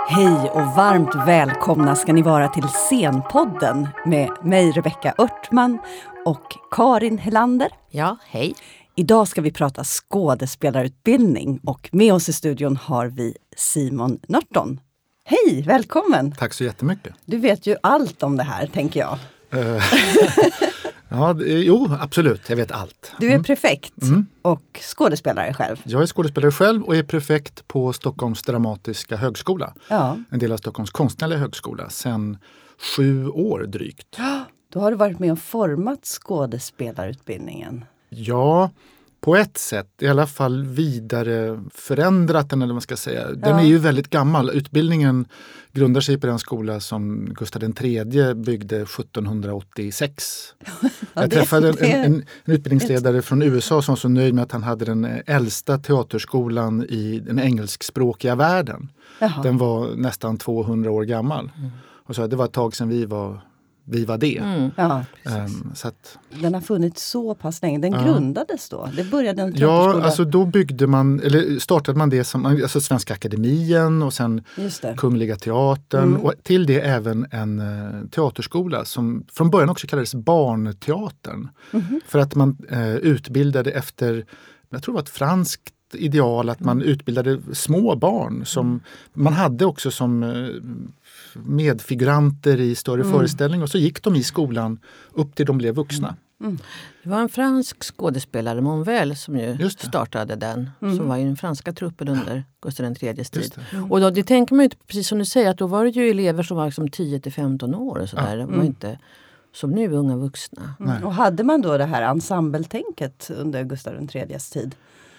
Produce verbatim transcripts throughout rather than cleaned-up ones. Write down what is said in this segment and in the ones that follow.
Hej och varmt välkomna ska ni vara till Scenpodden med mig Rebecka Örtman och Karin Helander. Ja, hej. Idag ska vi prata skådespelarutbildning och med oss i studion har vi Simon Nörton. Hej, välkommen! Tack så jättemycket. Du vet ju allt om det här, tänker jag. Ja, det, jo, absolut. Jag vet allt. Du är prefekt Mm. och skådespelare själv. Jag är skådespelare själv och är prefekt på Stockholms dramatiska högskola. Ja. En del av Stockholms konstnärliga högskola sedan sju år drygt. Då har du varit med och format skådespelarutbildningen. Ja, på ett sätt. I alla fall vidare förändrat den, eller vad man ska säga. Den Ja. är ju väldigt gammal. Utbildningen grundar sig på den skola som Gustav den tredje byggde sjuttonhundraåttiosex. Ja, Jag det- träffade en, det- en, en utbildningsledare från U S A som var så nöjd med att han hade den äldsta teaterskolan i den engelskspråkiga världen. Jaha. Den var nästan tvåhundra år gammal. Och så det var ett tag sedan vi var, vi var det. Mm. Ja, Um, så att, den har funnits så pass länge. Den Ja. grundades då. Det började en ja, teaterskola. alltså då byggde man, eller startade man det som alltså Svenska Akademien och sen Just det. Kungliga Teatern Mm. och till det även en uh, teaterskola som från början också kallades Barnteatern. Mhm. För att man uh, utbildade efter, jag tror det var ett franskt ideal att man utbildade små barn som man hade också som uh, medfiguranter i större Mm. föreställningar och så gick de i skolan upp till de blev vuxna. Det var en fransk skådespelare, Monvel, som ju Just det. startade den. Mm. Som var i den franska truppen under Gustav den tredjes tid. Just det. Och då, det tänker man ju inte, precis som du säger, att då var det ju elever som var liksom tio till femton år och sådär. De var Mm. inte som nu unga vuxna. Nej. Och hade man då det här ensembletänket under Gustav den tredjes tid?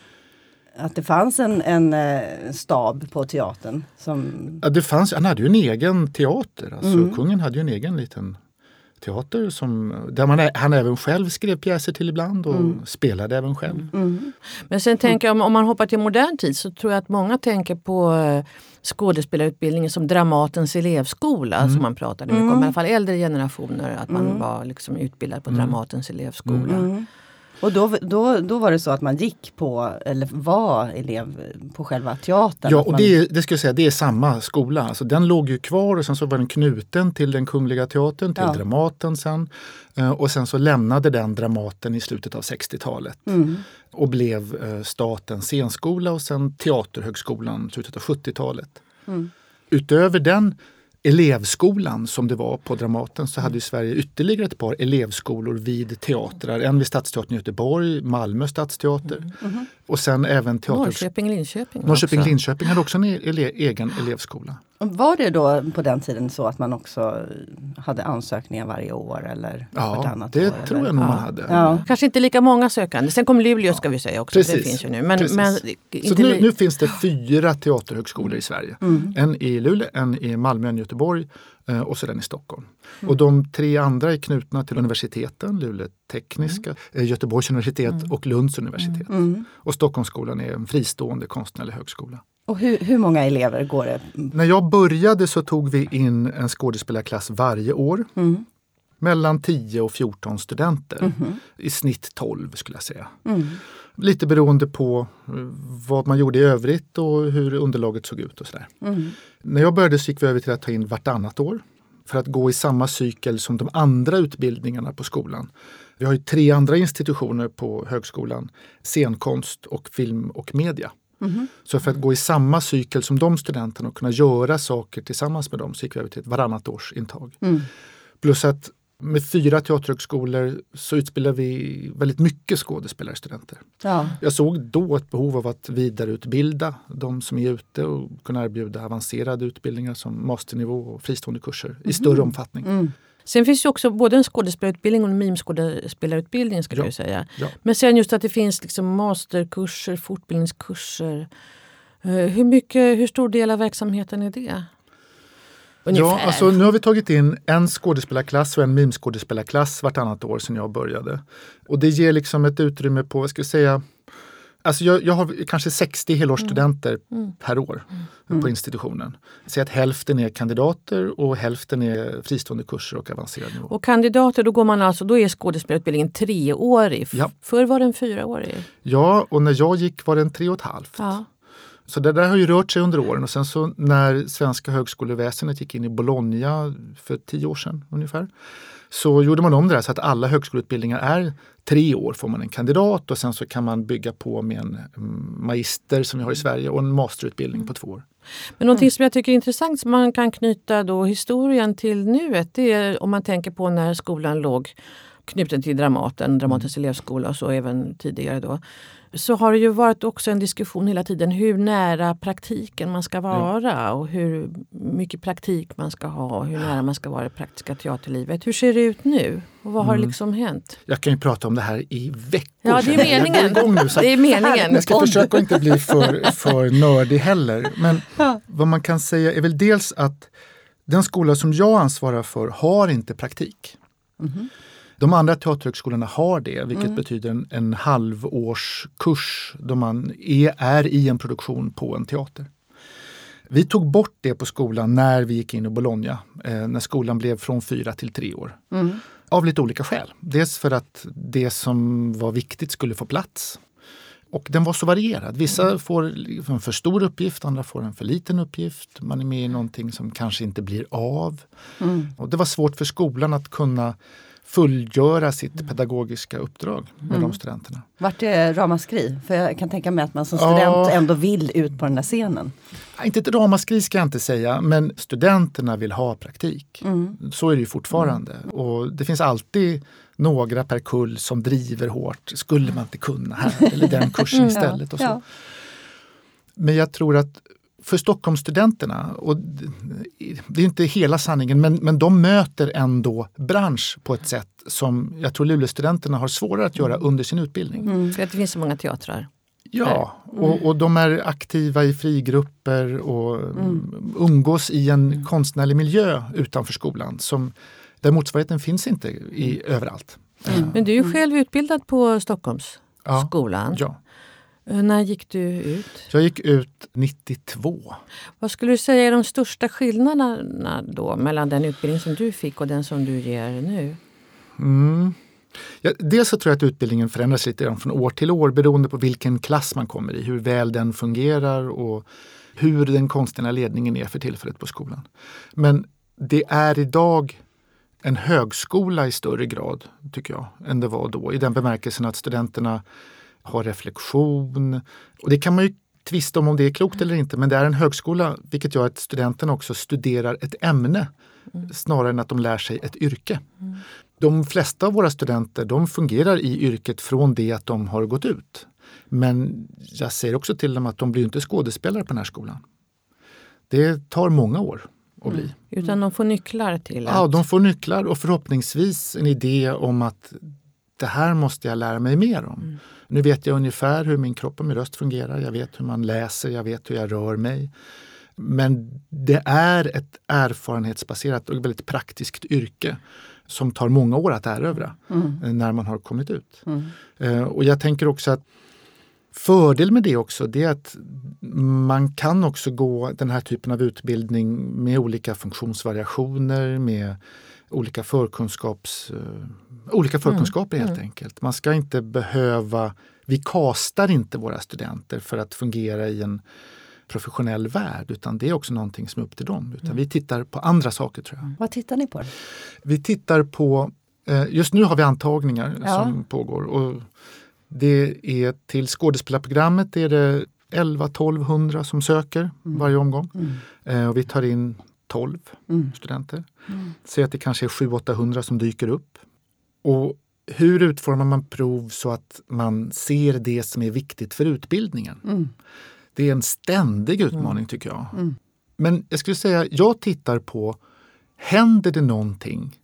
Att det fanns en, en eh, stab på teatern som... Ja, det fanns, han hade ju en egen teater. Alltså, Mm. Kungen hade ju en egen liten teater som, där man, ä- han även själv skrev pjäser till ibland och Mm. spelade även själv. Mm. Men sen tänker jag, om, om man hoppar till modern tid så tror jag att många tänker på eh, skådespelarutbildningen som Dramatens elevskola Mm. som man pratade mycket om. Mm. I alla fall äldre generationer, att man Mm. var liksom utbildad på Mm. Dramatens elevskola. Mm. Och då, då, då var det så att man gick på, eller var elev på själva teatern? Ja, att och man, det, är- det ska jag säga, det är samma skola. Alltså, den låg ju kvar och sen så var den knuten till den Kungliga Teatern, till Ja. Dramaten sen. Eh, Och sen så lämnade den Dramaten i slutet av sextiotalet Mm. och blev eh, statens scenskola och sen Teaterhögskolan i slutet av sjuttiotalet. Mm. Utöver den elevskolan som det var på Dramaten så hade ju Sverige ytterligare ett par elevskolor vid teatrar. En vid Stadsteatern i Göteborg, Malmö stadsteater Mhm. och sen även teater... Norrköping, Linköping. Norrköping, också. Linköping hade också en ele- egen elevskola. Och var det då på den tiden så att man också hade ansökningar varje år eller Ja, vartannat det år? tror eller? jag nog ja. man hade. Ja. Kanske inte lika många sökande. Sen kom Luleå ska vi säga också. Det Precis. finns ju nu. Men, Precis. men, Så inte nu, li- nu finns det fyra teaterhögskolor i Sverige. Mm. En i Luleå, en i Malmö, en i Göteborg eh, och så den i Stockholm. Och de tre andra är knutna till universiteten, Luleå tekniska, eh, Göteborgs universitet och Lunds universitet. Mm. Och Stockholmsskolan är en fristående konstnärlig högskola. Och hur, hur många elever går det? När jag började så tog vi in en skådespelarklass varje år. Mm. Mellan tio och fjorton studenter. Mhm. I snitt tolv skulle jag säga. Mm. Lite beroende på eh, vad man gjorde i övrigt och hur underlaget såg ut och sådär. Mm. När jag började så gick vi över till att ta in vartannat år. För att gå i samma cykel som de andra utbildningarna på skolan. Vi har ju tre andra institutioner på högskolan. Scenkonst och film och media. Mhm. Så för att gå i samma cykel som de studenterna och kunna göra saker tillsammans med dem så gick vi över till ett varannat års intag. Mm. Plus att med fyra teaterhögskolor så utbildar vi väldigt mycket skådespelarstudenter. Ja. Jag såg då ett behov av att vidareutbilda de som är ute och kunna erbjuda avancerade utbildningar som masternivå och fristående kurser i större omfattning. Mm. Sen finns ju också både en skådespelarutbildning och en mimskådespelarutbildning ska Ja. jag säga. Ja. Men sen just att det finns liksom masterkurser, fortbildningskurser. Eh, Hur, mycket, hur stor del av verksamheten är det? Ungefär. Ja, alltså nu har vi tagit in en skådespelarklass och en mimskådespelarklass vartannat år sedan jag började. Och det ger liksom ett utrymme på, vad ska jag säga, alltså jag, jag har kanske sextio helårsstudenter Mm. per år Mm. på institutionen. Så att hälften är kandidater och hälften är fristående kurser och avancerad nivå. Och kandidater, då går man alltså, då är skådespelarutbildningen treårig. Ja. Förr var den fyraårig. Ja, och när jag gick var den tre och ett halvt. Ja. Så det där har ju rört sig under åren och sen så när svenska högskoleväsendet gick in i Bologna för tio år sedan ungefär så gjorde man om det där så att alla högskoleutbildningar är tre år får man en kandidat och sen så kan man bygga på med en magister som vi har i Sverige och en masterutbildning på två år. Men någonting som jag tycker är intressant som man kan knyta då historien till nuet, det är om man tänker på när skolan låg knuten till Dramaten, Dramatens elevskola och så även tidigare då. Så har det ju varit också en diskussion hela tiden hur nära praktiken man ska vara ja. och hur mycket praktik man ska ha och hur nära man ska vara det praktiska teaterlivet. Hur ser det ut nu? Och vad har mm. liksom hänt? Jag kan ju prata om det här i veckor. Ja, det är meningen. Nu, det är meningen. Jag ska försöka inte bli för, för nördig heller. Men ja. vad man kan säga är väl dels att den skola som jag ansvarar för har inte praktik. Mm-hmm. De andra teaterhögskolorna har det, vilket mm. betyder en, en halvårskurs då man är, är i en produktion på en teater. Vi tog bort det på skolan när vi gick in i Bologna, eh, när skolan blev från fyra till tre år. Mm. Av lite olika skäl. Dels för att det som var viktigt skulle få plats. Och den var så varierad. Vissa mm. får en för stor uppgift, andra får en för liten uppgift. Man är med i någonting som kanske inte blir av. Mm. Och det var svårt för skolan att kunna fullgöra sitt mm. pedagogiska uppdrag med mm. de studenterna. Vart är ramaskri? För jag kan tänka mig att man som student ja. ändå vill ut på den där scenen. Inte ett ramaskri ska jag inte säga, men studenterna vill ha praktik. Mm. Så är det ju fortfarande. Mm. Och det finns alltid några per kull som driver hårt. Skulle man inte kunna här eller den kursen mm. istället och så. Ja. Men jag tror att för Stockholmsstudenterna, och det är inte hela sanningen, men, men de möter ändå bransch på ett sätt som jag tror Luleåstudenterna har svårare att göra under sin utbildning. Mm, för att det finns så många teatrar. Ja, mm. och, och de är aktiva i frigrupper och mm. umgås i en mm. konstnärlig miljö utanför skolan. Som, där motsvarigheten finns inte i, överallt. Mm. Men du är ju själv utbildad på Stockholmsskolan. Ja. När gick du ut? Jag gick ut nittiotvå. Vad skulle du säga är de största skillnaderna då mellan den utbildning som du fick och den som du ger nu? Mm. Ja, dels så tror jag att utbildningen förändras lite från år till år beroende på vilken klass man kommer i, hur väl den fungerar och hur den konstnärliga ledningen är för tillfället på skolan. Men det är idag en högskola i större grad, tycker jag, än det var då. I den bemärkelsen att studenterna har reflektion. Och det kan man ju tvista om om det är klokt eller inte, men det är en högskola, vilket gör att studenterna också studerar ett ämne mm. snarare än att de lär sig ett yrke. Mm. De flesta av våra studenter, de fungerar i yrket från det att de har gått ut. Men jag säger också till dem att de blir inte skådespelare på den här skolan. Det tar många år att bli. Mm. Utan de får nycklar till att... Ja, de får nycklar och förhoppningsvis en idé om att det här måste jag lära mig mer om. Mm. Nu vet jag ungefär hur min kropp och min röst fungerar. Jag vet hur man läser, jag vet hur jag rör mig. Men det är ett erfarenhetsbaserat och väldigt praktiskt yrke som tar många år att erövra mm. när man har kommit ut. Mm. Uh, och jag tänker också att fördel med det också det är att man kan också gå den här typen av utbildning med olika funktionsvariationer, med olika förkunskaps, uh, olika förkunskaper mm. helt mm. enkelt. Man ska inte behöva, vi kastar inte våra studenter för att fungera i en professionell värld, utan det är också någonting som är upp till dem. Utan mm. vi tittar på andra saker, tror jag. Vad tittar ni på? Vi tittar på, eh, just nu har vi antagningar ja. som pågår och det är till skådespelarprogrammet är det elva till tolvhundra som söker mm. varje omgång. Mm. Eh, och vi tar in tolv mm. studenter. Mm. Så att det kanske är sju till åttahundra som dyker upp. Och hur utformar man prov så att man ser det som är viktigt för utbildningen? Mm. Det är en ständig utmaning mm. tycker jag. Mm. Men jag skulle säga, jag tittar på, händer det någonting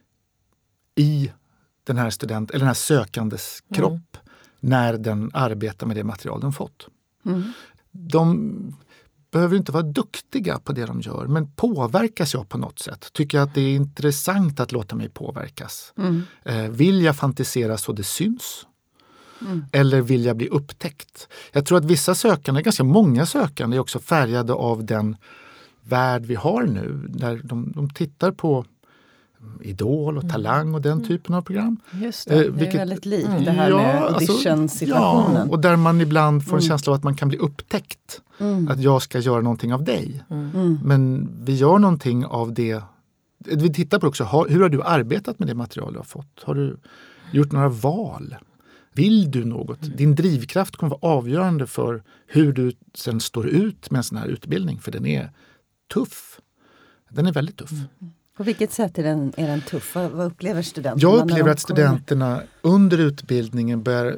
i den här student eller den här sökandes kropp mm. när den arbetar med det material den fått? Mm. De behöver inte vara duktiga på det de gör, men påverkas jag på något sätt? Tycker jag att det är intressant att låta mig påverkas? Mm. Eh, vill jag fantisera så det syns? Mm. Eller vill jag bli upptäckt? Jag tror att vissa sökande, ganska många sökande, är också färgade av den värld vi har nu. Där de, de tittar på Idol och Talang och den typen av program. Just det, det är vilket, väldigt likt det här ja, med audition-situationen. Alltså, ja, och där man ibland får en mm. känsla av att man kan bli upptäckt. Mm. Att jag ska göra någonting av dig. Mm. Men vi gör någonting av det. Vi tittar på också, hur har du arbetat med det material du har fått? Har du gjort några val? Vill du något? Mm. Din drivkraft kommer vara avgörande för hur du sen står ut med en sån här utbildning. För den är tuff. Den är väldigt tuff. Mm. På vilket sätt är den, är den tuff? Vad, vad upplever studenterna? Jag upplever att studenterna under utbildningen börjar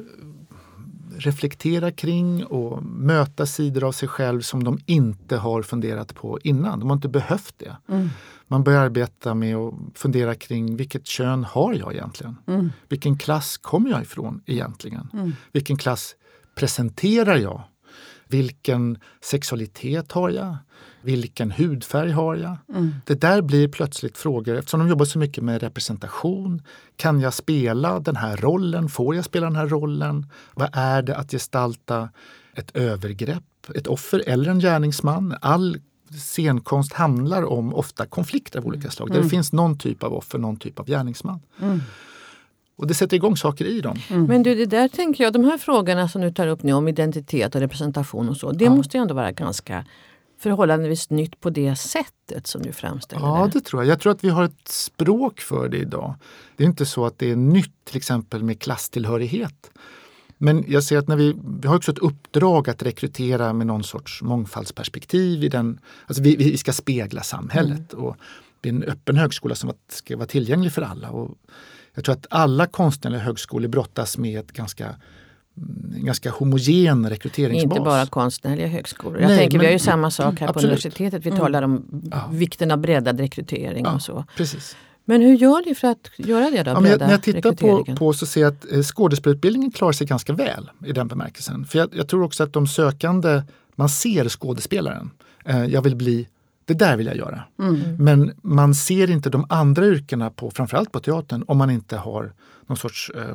reflektera kring och möta sidor av sig själv som de inte har funderat på innan. De har inte behövt det. Mm. Man börjar arbeta med att fundera kring vilket kön har jag egentligen? Mm. Vilken klass kommer jag ifrån egentligen? Mm. Vilken klass presenterar jag? Vilken sexualitet har jag? Vilken hudfärg har jag? Mm. Det där blir plötsligt frågor, eftersom de jobbar så mycket med representation. Kan jag spela den här rollen? Får jag spela den här rollen? Vad är det att gestalta ett övergrepp, ett offer eller en gärningsman? All scenkonst handlar om ofta konflikter av olika slag. Mm. Där det finns någon typ av offer, någon typ av gärningsman. Mm. Och det sätter igång saker i dem. Mm. Men du, det där tänker jag, de här frågorna som du tar upp nu om identitet och representation och så, det ja. måste ju ändå vara ganska förhållandevis nytt på det sättet som du framställer. Ja, det tror jag. Jag tror att vi har ett språk för det idag. Det är inte så att det är nytt till exempel med klasstillhörighet. Men jag ser att när vi, vi har också ett uppdrag att rekrytera med någon sorts mångfaldsperspektiv i den, alltså vi, vi ska spegla samhället mm. och det är en öppen högskola som ska vara tillgänglig för alla. Och jag tror att alla konstnärliga högskolor brottas med ett ganska en ganska homogen rekryteringsbas. Inte bara konstnärliga högskolor. Jag Nej, tänker men, vi har ju samma sak här absolut. På universitetet. Vi mm. talar om ja. vikten av breddad rekrytering ja, och så. Precis. Men hur gör ni för att göra det då? Ja, men jag, när jag tittar på, på så ser jag att eh, skådespelarutbildningen klarar sig ganska väl i den bemärkelsen. För jag, jag tror också att de sökande, man ser skådespelaren. Eh, jag vill bli, det där vill jag göra. Mm. Men man ser inte de andra yrkena på, framförallt på teatern, om man inte har någon sorts eh,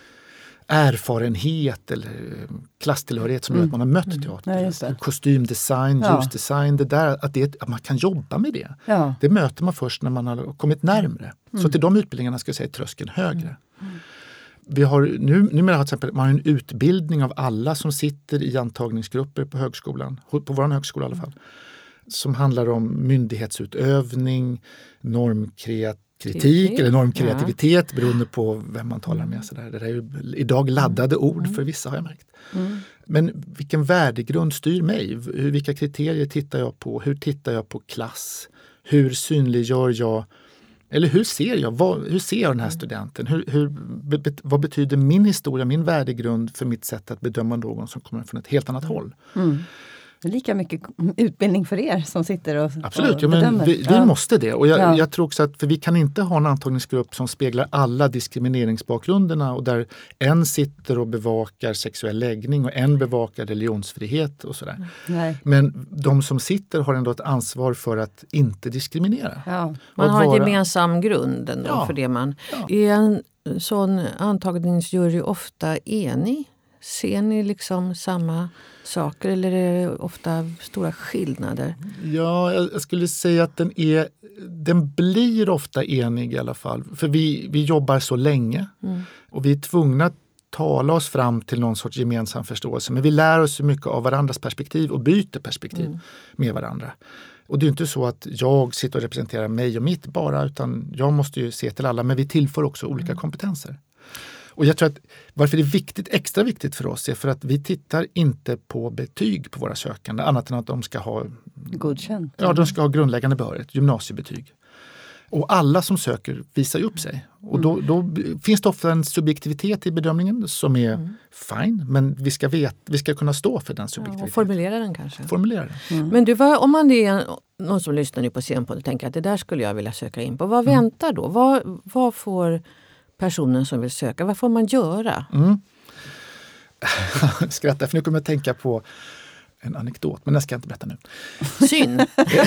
erfarenhet eller klasstillhörighet som mm. gör att man har mött teater. Ja, kostymdesign, ja. ljusdesign, det där, att, det, att man kan jobba med det. Ja. Det möter man först när man har kommit närmre. Mm. Så till de utbildningarna ska jag säga tröskeln högre. Mm. Vi har nu, numera har till exempel, man har en utbildning av alla som sitter i antagningsgrupper på högskolan, på vår högskola i alla fall, som handlar om myndighetsutövning, normkreat kritik eller normkreativitet ja. beroende på vem man talar med. Så där. Det är ju idag laddade mm. ord för vissa har jag märkt. Mm. Men vilken värdegrund styr mig? Vilka kriterier tittar jag på? Hur tittar jag på klass? Hur synliggör jag? Eller hur ser jag? Vad, hur ser jag den här studenten? Hur, hur, be, vad betyder min historia, min värdegrund för mitt sätt att bedöma någon som kommer från ett helt annat håll? Mm. Lika mycket utbildning för er som sitter och Absolut, och ja, men vi, vi ja. måste det. Och jag, ja. jag tror också att för vi kan inte ha en antagningsgrupp som speglar alla diskrimineringsbakgrunderna och där en sitter och bevakar sexuell läggning och en bevakar religionsfrihet och sådär. Nej. Men de som sitter har ändå ett ansvar för att inte diskriminera. Ja. Man har vara... en gemensam grund ändå ja. för det man... Ja. Är en sån antagningsjury ofta enig? Ser ni liksom samma saker eller är det ofta stora skillnader? Ja, jag skulle säga att den är den blir ofta enig i alla fall. För vi, vi jobbar så länge mm. och vi är tvungna att tala oss fram till någon sorts gemensam förståelse. Men vi lär oss så mycket av varandras perspektiv och byter perspektiv mm. med varandra. Och det är inte så att jag sitter och representerar mig och mitt bara, utan jag måste ju se till alla. Men vi tillför också olika mm. kompetenser. Och jag tror att varför det är viktigt, extra viktigt för oss är för att vi tittar inte på betyg på våra sökande annat än att de ska ha godkänt. Ja, de ska ha grundläggande behörighet, gymnasiebetyg. Och alla som söker visar upp sig. Och då, då finns det ofta en subjektivitet i bedömningen som är mm. fine, men vi ska, vet, vi ska kunna stå för den subjektiviteten. Ja, och formulera den kanske. Formulera den. Mm. Men du, vad, om man är någon som lyssnar nu på Scenpodden och tänker att det där skulle jag vilja söka in på. Vad mm. väntar då? Vad, vad får personen som vill söka, vad får man göra? Mm. Skrattar, för nu kommer jag att tänka på en anekdot, men den ska jag inte berätta nu. Synd!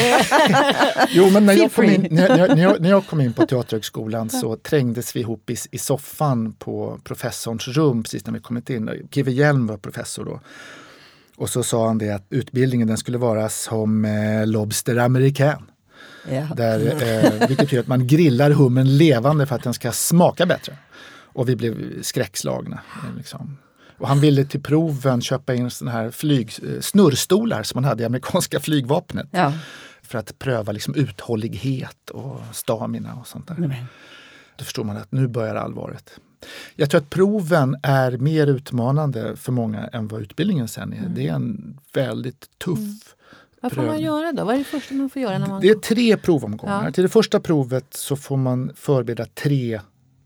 Jo, men när jag, kom in, när, jag, när, jag, när jag kom in på Teaterhögskolan så trängdes vi ihop i, i soffan på professorns rum precis när vi kommit in. Kive Hjelm var professor då. Och så sa han det att utbildningen den skulle vara som eh, Lobster American. Ja. Där, eh, vilket betyder att man grillar hummen levande för att den ska smaka bättre. Och vi blev skräckslagna. Liksom. Och han ville till proven köpa in såna här flyg, snurrstolar som man hade i amerikanska flygvapnet. Ja. För att pröva liksom uthållighet och stamina och sånt där. Nej. Då förstår man att nu börjar allvaret. Jag tror att proven är mer utmanande för många än vad utbildningen sen är. Mm. Det är en väldigt tuff mm. Vad får man göra då? Vad är det första man får göra? När man... Det är tre provomgångar. Ja. Till det första provet så får man förbereda tre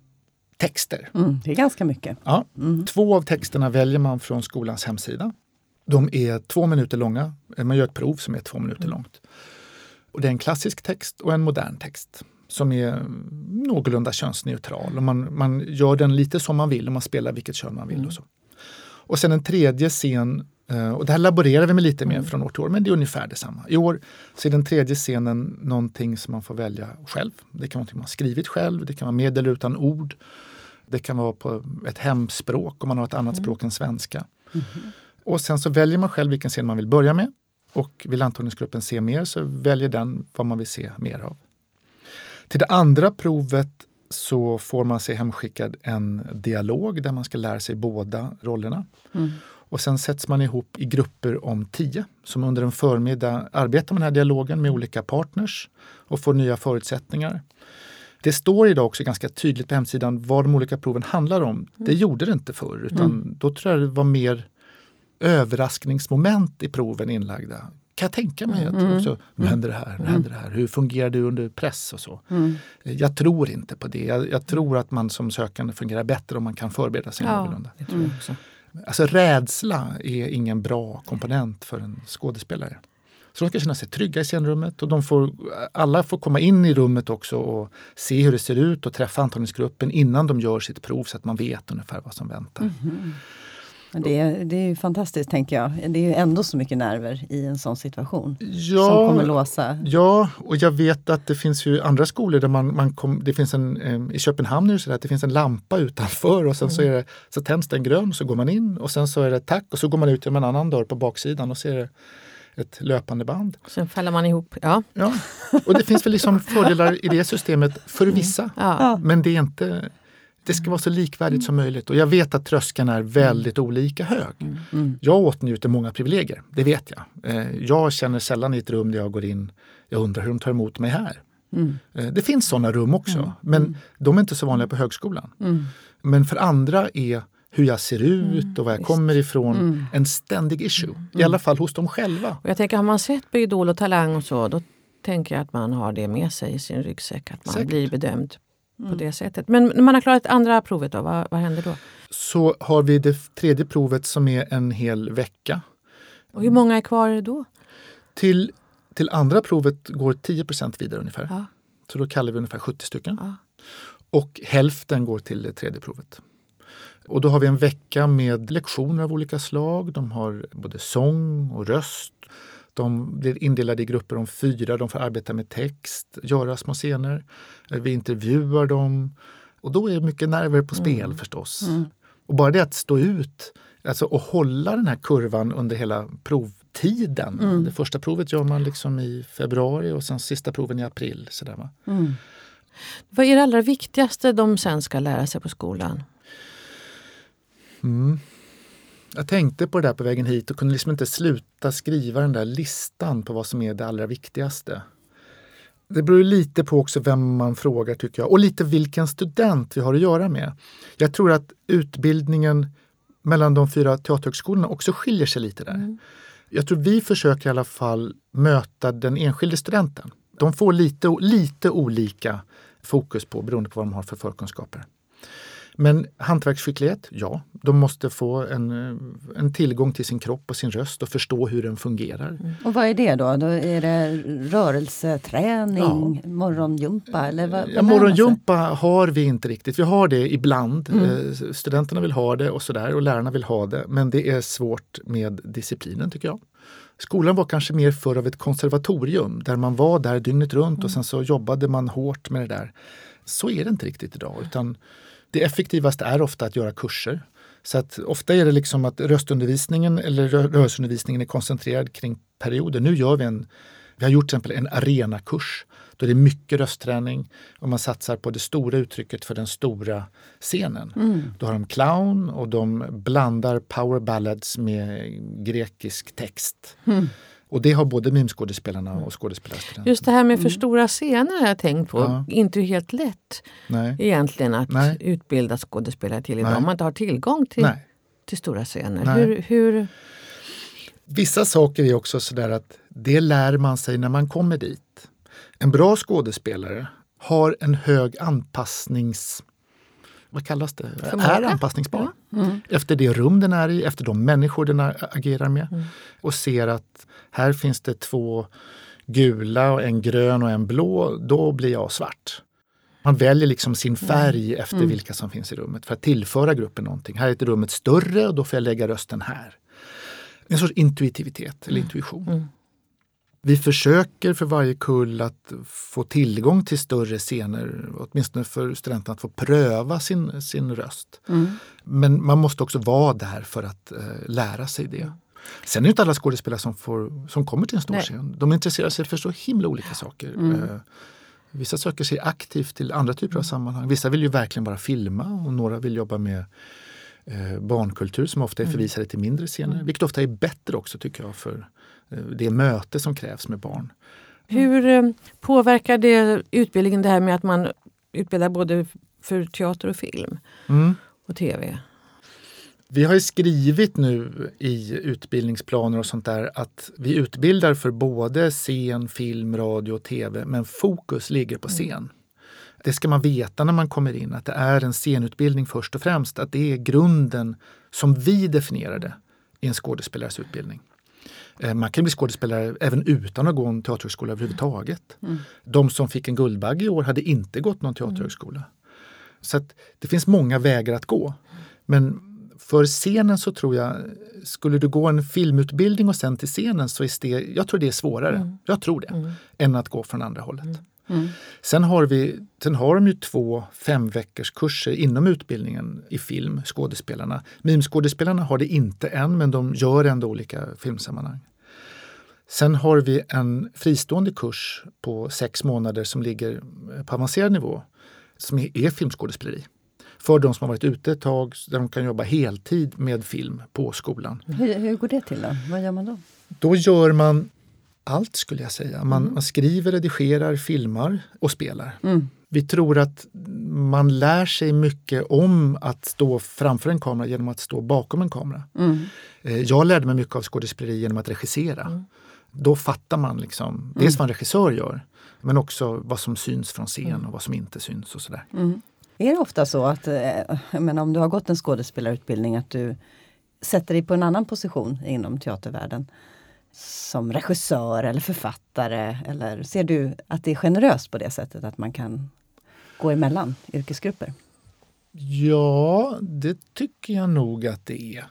texter. Mm, det är ganska mycket. Ja. Mm. Två av texterna väljer man från skolans hemsida. De är två minuter långa. Man gör ett prov som är två minuter mm. långt. Och det är en klassisk text och en modern text som är någorlunda könsneutral. Och man, man gör den lite som man vill och man spelar vilket kön man vill. Mm. Och så. Och sen en tredje scen, och det här laborerar vi med lite mer från år till år, men det är ungefär detsamma. I år så är den tredje scenen någonting som man får välja själv. Det kan vara någonting man har skrivit själv, det kan vara med eller utan ord. Det kan vara på ett hemspråk om man har ett annat mm. språk än svenska. Mm. Och sen så väljer man själv vilken scen man vill börja med. Och vill antagningsgruppen se mer så väljer den vad man vill se mer av. Till det andra provet så får man sig hemskickad en dialog där man ska lära sig båda rollerna. Mm. Och sen sätts man ihop i grupper om tio som under en förmiddag arbetar med den här dialogen med olika partners och får nya förutsättningar. Det står idag också ganska tydligt på hemsidan vad de olika proven handlar om. Mm. Det gjorde det inte förr utan mm. då tror jag det var mer överraskningsmoment i proven inlagda. Kan jag tänka mig. Jag tror också, nu händer det här, nu händer det här. Hur fungerar du under press och så? Mm. Jag tror inte på det. Jag, jag tror att man som sökande fungerar bättre om man kan förbereda sig annorlunda. Ja, det tror jag också. Alltså rädsla är ingen bra komponent för en skådespelare. Så de ska känna sig trygga i scenrummet och de får, alla får komma in i rummet också och se hur det ser ut och träffa antagningsgruppen innan de gör sitt prov så att man vet ungefär vad som väntar. Mm-hmm. Det är, det är ju fantastiskt tänker jag. Det är ju ändå så mycket nerver i en sån situation ja, som kommer låsa. Ja, och jag vet att det finns ju andra skolor där man, man kom, det finns en, eh, i Köpenhamn är det så att det finns en lampa utanför och sen mm. så, är det, så tänds den grön så går man in och sen så är det tack och så går man ut genom en annan dörr på baksidan och ser det ett löpande band. Sen faller man ihop, ja. ja. Och det finns väl liksom fördelar i det systemet för vissa. Mm. Ja. Men det är inte... Det ska vara så likvärdigt mm. som möjligt. Och jag vet att tröskeln är väldigt mm. olika hög. Mm. Mm. Jag åtnjuter många privilegier, det vet jag. Eh, jag känner sällan i ett rum där jag går in, jag undrar hur de tar emot mig här. Mm. Eh, det finns sådana rum också, mm. men mm. de är inte så vanliga på högskolan. Mm. Men för andra är hur jag ser ut mm. och var jag Visst. kommer ifrån mm. en ständig issue. Mm. I alla fall hos dem själva. Och jag tänker, har man sett på Idol och Talang och så, då tänker jag att man har det med sig i sin ryggsäck. Att man Säkert. blir bedömd. På det sättet. Men när man har klarat andra provet då, vad, vad händer då? Så har vi det tredje provet som är en hel vecka. Och hur många är kvar då? Till, till andra provet går tio procent vidare ungefär. Ja. Så då kallar vi ungefär sjuttio stycken. Ja. Och hälften går till det tredje provet. Och då har vi en vecka med lektioner av olika slag. De har både sång och röst. De blir indelade i grupper om fyra, de får arbeta med text, göra små scener. Vi intervjuar dem och då är det mycket nerver på spel mm. förstås. Mm. Och bara det att stå ut alltså, och hålla den här kurvan under hela provtiden. Mm. Det första provet gör man liksom i februari och sen sista proven i april. Sådär, va? Mm. Vad är det allra viktigaste de sen ska lära sig på skolan? Mm. Jag tänkte på det där på vägen hit och kunde liksom inte sluta skriva den där listan på vad som är det allra viktigaste. Det beror lite på också vem man frågar tycker jag och lite vilken student vi har att göra med. Jag tror att utbildningen mellan de fyra teaterhögskolorna också skiljer sig lite där. Mm. Jag tror vi försöker i alla fall möta den enskilde studenten. De får lite, lite olika fokus på beroende på vad de har för förkunskaper. Men hantverksskicklighet, ja. De måste få en, en tillgång till sin kropp och sin röst och förstå hur den fungerar. Mm. Och vad är det då? Då är det rörelseträning, ja. morgonjumpa? Eller vad, ja, morgonjumpa har vi inte riktigt. Vi har det ibland. Mm. Studenterna vill ha det och sådär och lärarna vill ha det. Men det är svårt med disciplinen tycker jag. Skolan var kanske mer för av ett konservatorium där man var där dygnet runt mm. och sen så jobbade man hårt med det där. Så är det inte riktigt idag utan det effektivaste är ofta att göra kurser. Så att ofta är det liksom att röstundervisningen eller rörelseundervisningen är koncentrerad kring perioder. Nu gör vi en Vi har gjort till exempel en arenakurs. Då är det mycket röstträning och man satsar på det stora uttrycket för den stora scenen. Mm. Då har de clown och de blandar power ballads med grekisk text. Mm. Och det har både mimskådespelarna och skådespelarstudenterna. Just det här med för stora scener har jag tänkt på. Ja. Inte helt lätt Nej. egentligen att Nej. utbilda skådespelare till idag. Om man inte har tillgång till, till stora scener. Nej. Hur, hur... Vissa saker är också sådär att det lär man sig när man kommer dit. En bra skådespelare har en hög anpassnings... Vad kallas det? Förmåga. Är anpassningsbar. Ja. Mm. Efter det rum den är i, efter de människor den agerar med. Mm. Och ser att här finns det två gula och en grön och en blå. Då blir jag svart. Man väljer liksom sin färg mm. efter mm. vilka som finns i rummet för att tillföra gruppen någonting. Här är ett rummet större och då får jag lägga rösten här. En sorts intuitivitet eller intuition. Mm. Vi försöker för varje kull att få tillgång till större scener, åtminstone för studenterna att få pröva sin, sin röst. Mm. Men man måste också vara där för att eh, lära sig det. Sen är det inte alla skådespelare som, får, som kommer till en stor Nej. scen. De intresserar sig för så himla olika saker. Mm. Eh, vissa söker sig aktivt till andra typer av sammanhang. Vissa vill ju verkligen bara filma och några vill jobba med eh, barnkultur som ofta är förvisade till mindre scener. Mm. Vilket ofta är bättre också tycker jag för det möte som krävs med barn. Hur påverkar det utbildningen det här med att man utbildar både för teater och film mm. och tv? Vi har ju skrivit nu i utbildningsplaner och sånt där att vi utbildar för både scen, film, radio och tv, men fokus ligger på scen. Mm. Det ska man veta när man kommer in, att det är en scenutbildning först och främst, att det är grunden som vi definierade i en skådespelares utbildning. Man kan bli skådespelare även utan att gå en teaterhögskola överhuvudtaget. Mm. De som fick en Guldbagge i år hade inte gått någon teaterhögskola. Mm. Så att det finns många vägar att gå. Men för scenen så tror jag, skulle du gå en filmutbildning och sen till scenen så är det, jag tror det är svårare. Mm. Jag tror det. Mm. Än att gå från andra hållet. Mm. Mm. Sen har vi, sen har de ju två fem veckors kurser inom utbildningen i film, skådespelarna. Mimskådespelarna har det inte än, men de gör ändå olika filmsammanhang. Sen har vi en fristående kurs på sex månader som ligger på avancerad nivå, som är, är filmskådespeleri. För de som har varit ute ett tag, där de kan jobba heltid med film på skolan. Hur, hur går det till då? Vad gör man då? Då gör man allt skulle jag säga. Man, mm. man skriver, redigerar, filmar och spelar. Mm. Vi tror att man lär sig mycket om att stå framför en kamera genom att stå bakom en kamera. Mm. Jag lärde mig mycket av skådespeleri genom att regissera. Mm. Då fattar man liksom, mm. dels vad en regissör gör, men också vad som syns från scen mm. och vad som inte syns och sådär. Mm. Är det ofta så att, jag menar, om du har gått en skådespelarutbildning, att du sätter dig på en annan position inom teatervärlden? Som regissör eller författare, eller ser du att det är generöst på det sättet att man kan gå emellan yrkesgrupper? Ja, det tycker jag nog att det är.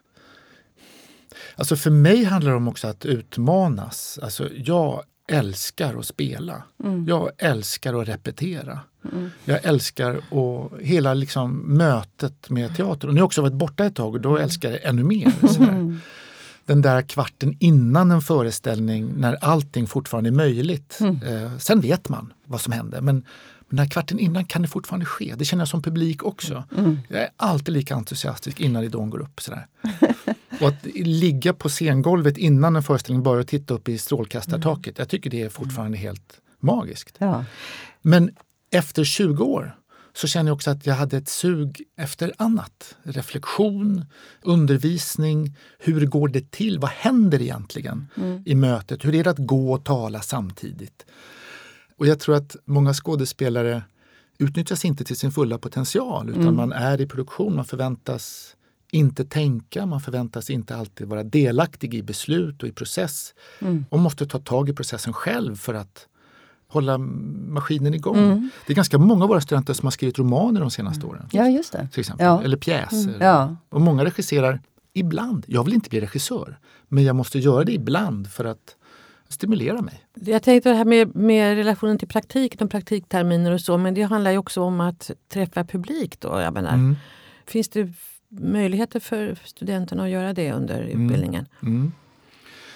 Alltså för mig handlar det om också att utmanas. Alltså jag älskar att spela. Mm. Jag älskar att repetera. Mm. Jag älskar och hela liksom mötet med teater. Och nu har jag också varit borta ett tag och då älskar jag det ännu mer. Sådär. Mm. Den där kvarten innan en föreställning när allting fortfarande är möjligt. Mm. Eh, sen vet man vad som händer. Men den här kvarten innan kan det fortfarande ske. Det känner jag som publik också. Mm. Jag är alltid lika entusiastisk innan ridån går upp. Sådär. Och att ligga på scengolvet innan en föreställning börjar och titta upp i strålkastartaket. Jag tycker det är fortfarande helt magiskt. Ja. Men efter tjugo år så känner jag också att jag hade ett sug efter annat. Reflektion, undervisning, hur går det till? Vad händer egentligen mm. i mötet? Hur är det att gå och tala samtidigt? Och jag tror att många skådespelare utnyttjas inte till sin fulla potential utan mm. man är i produktion, man förväntas inte tänka, man förväntas inte alltid vara delaktig i beslut och i process. Mm. Och måste ta tag i processen själv för att hålla maskinen igång. Mm. Det är ganska många av våra studenter som har skrivit romaner de senaste åren. Ja, just det. Till exempel. Ja. Eller pjäser. Mm. Ja. Och många regisserar ibland. Jag vill inte bli regissör. Men jag måste göra det ibland för att stimulera mig. Jag tänkte det här med, med relationen till praktik och praktikterminer och så. Men det handlar ju också om att träffa publik då. Jag menar. Mm. Finns det möjligheter för studenterna att göra det under utbildningen? Mm. Mm.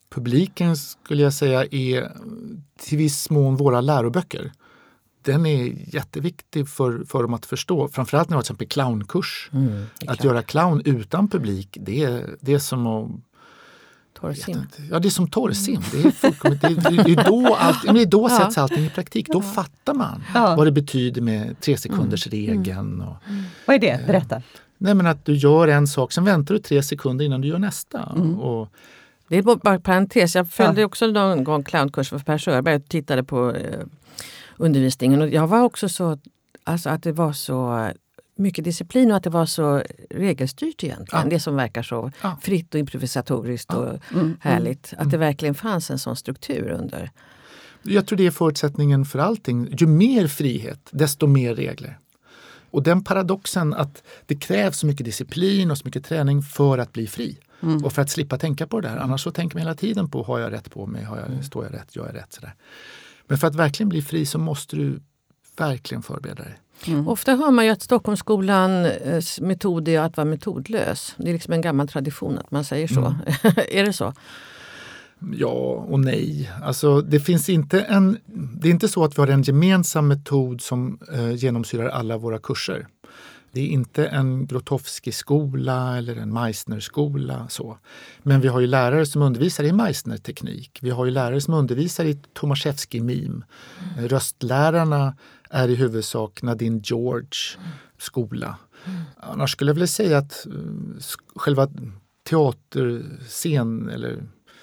publiken skulle jag säga är till viss mån våra läroböcker. Den är jätteviktig för, för dem att förstå. Framförallt när jag har till exempel clownkurs. Mm, att göra clown utan publik, det är, det är som att... Torrsim. Ja, det är som torrsim. Mm. Det är fullkomligt, det, det, det är då, allt, det är då ja. sätts allting i praktik. Då ja. fattar man ja. vad det betyder med tre sekunders mm. regeln. Och, mm. Vad är det? Berätta. Nej, men att du gör en sak, sen väntar du tre sekunder innan du gör nästa. Mm. Och, det är bara en parentes. Jag följde ja. också någon gång clownkurs för Per Sörberg och tittade på eh, undervisningen. Och jag var också så, alltså att det var så mycket disciplin och att det var så regelstyrt egentligen. Ja. Det som verkar så ja. fritt och improvisatoriskt ja. och mm. härligt. Att det verkligen fanns en sån struktur under. Jag tror det är förutsättningen för allting. Ju mer frihet, desto mer regler. Och den paradoxen att det krävs så mycket disciplin och så mycket träning för att bli fri. Mm. Och för att slippa tänka på det här. Annars så tänker man hela tiden på, har jag rätt på mig? Har jag, mm. Står jag rätt? Gör jag rätt? Sådär. Men för att verkligen bli fri så måste du verkligen förbereda dig. Mm. Ofta hör man ju att Stockholmsskolans metod är att vara metodlös. Det är liksom en gammal tradition att man säger så. Mm. Är det så? Ja och nej. Alltså, det finns inte en, det är inte så att vi har en gemensam metod som eh, genomsyrar alla våra kurser. Det är inte en Grotowski-skola eller en Meissner-skola. Så. Men vi har ju lärare som undervisar i Meissner-teknik. Vi har ju lärare som undervisar i Tomaszewski-mim. Mm. Röstlärarna är i huvudsak Nadine George skola. Mm. Annars skulle jag vilja säga att uh, själva teaterscen eller,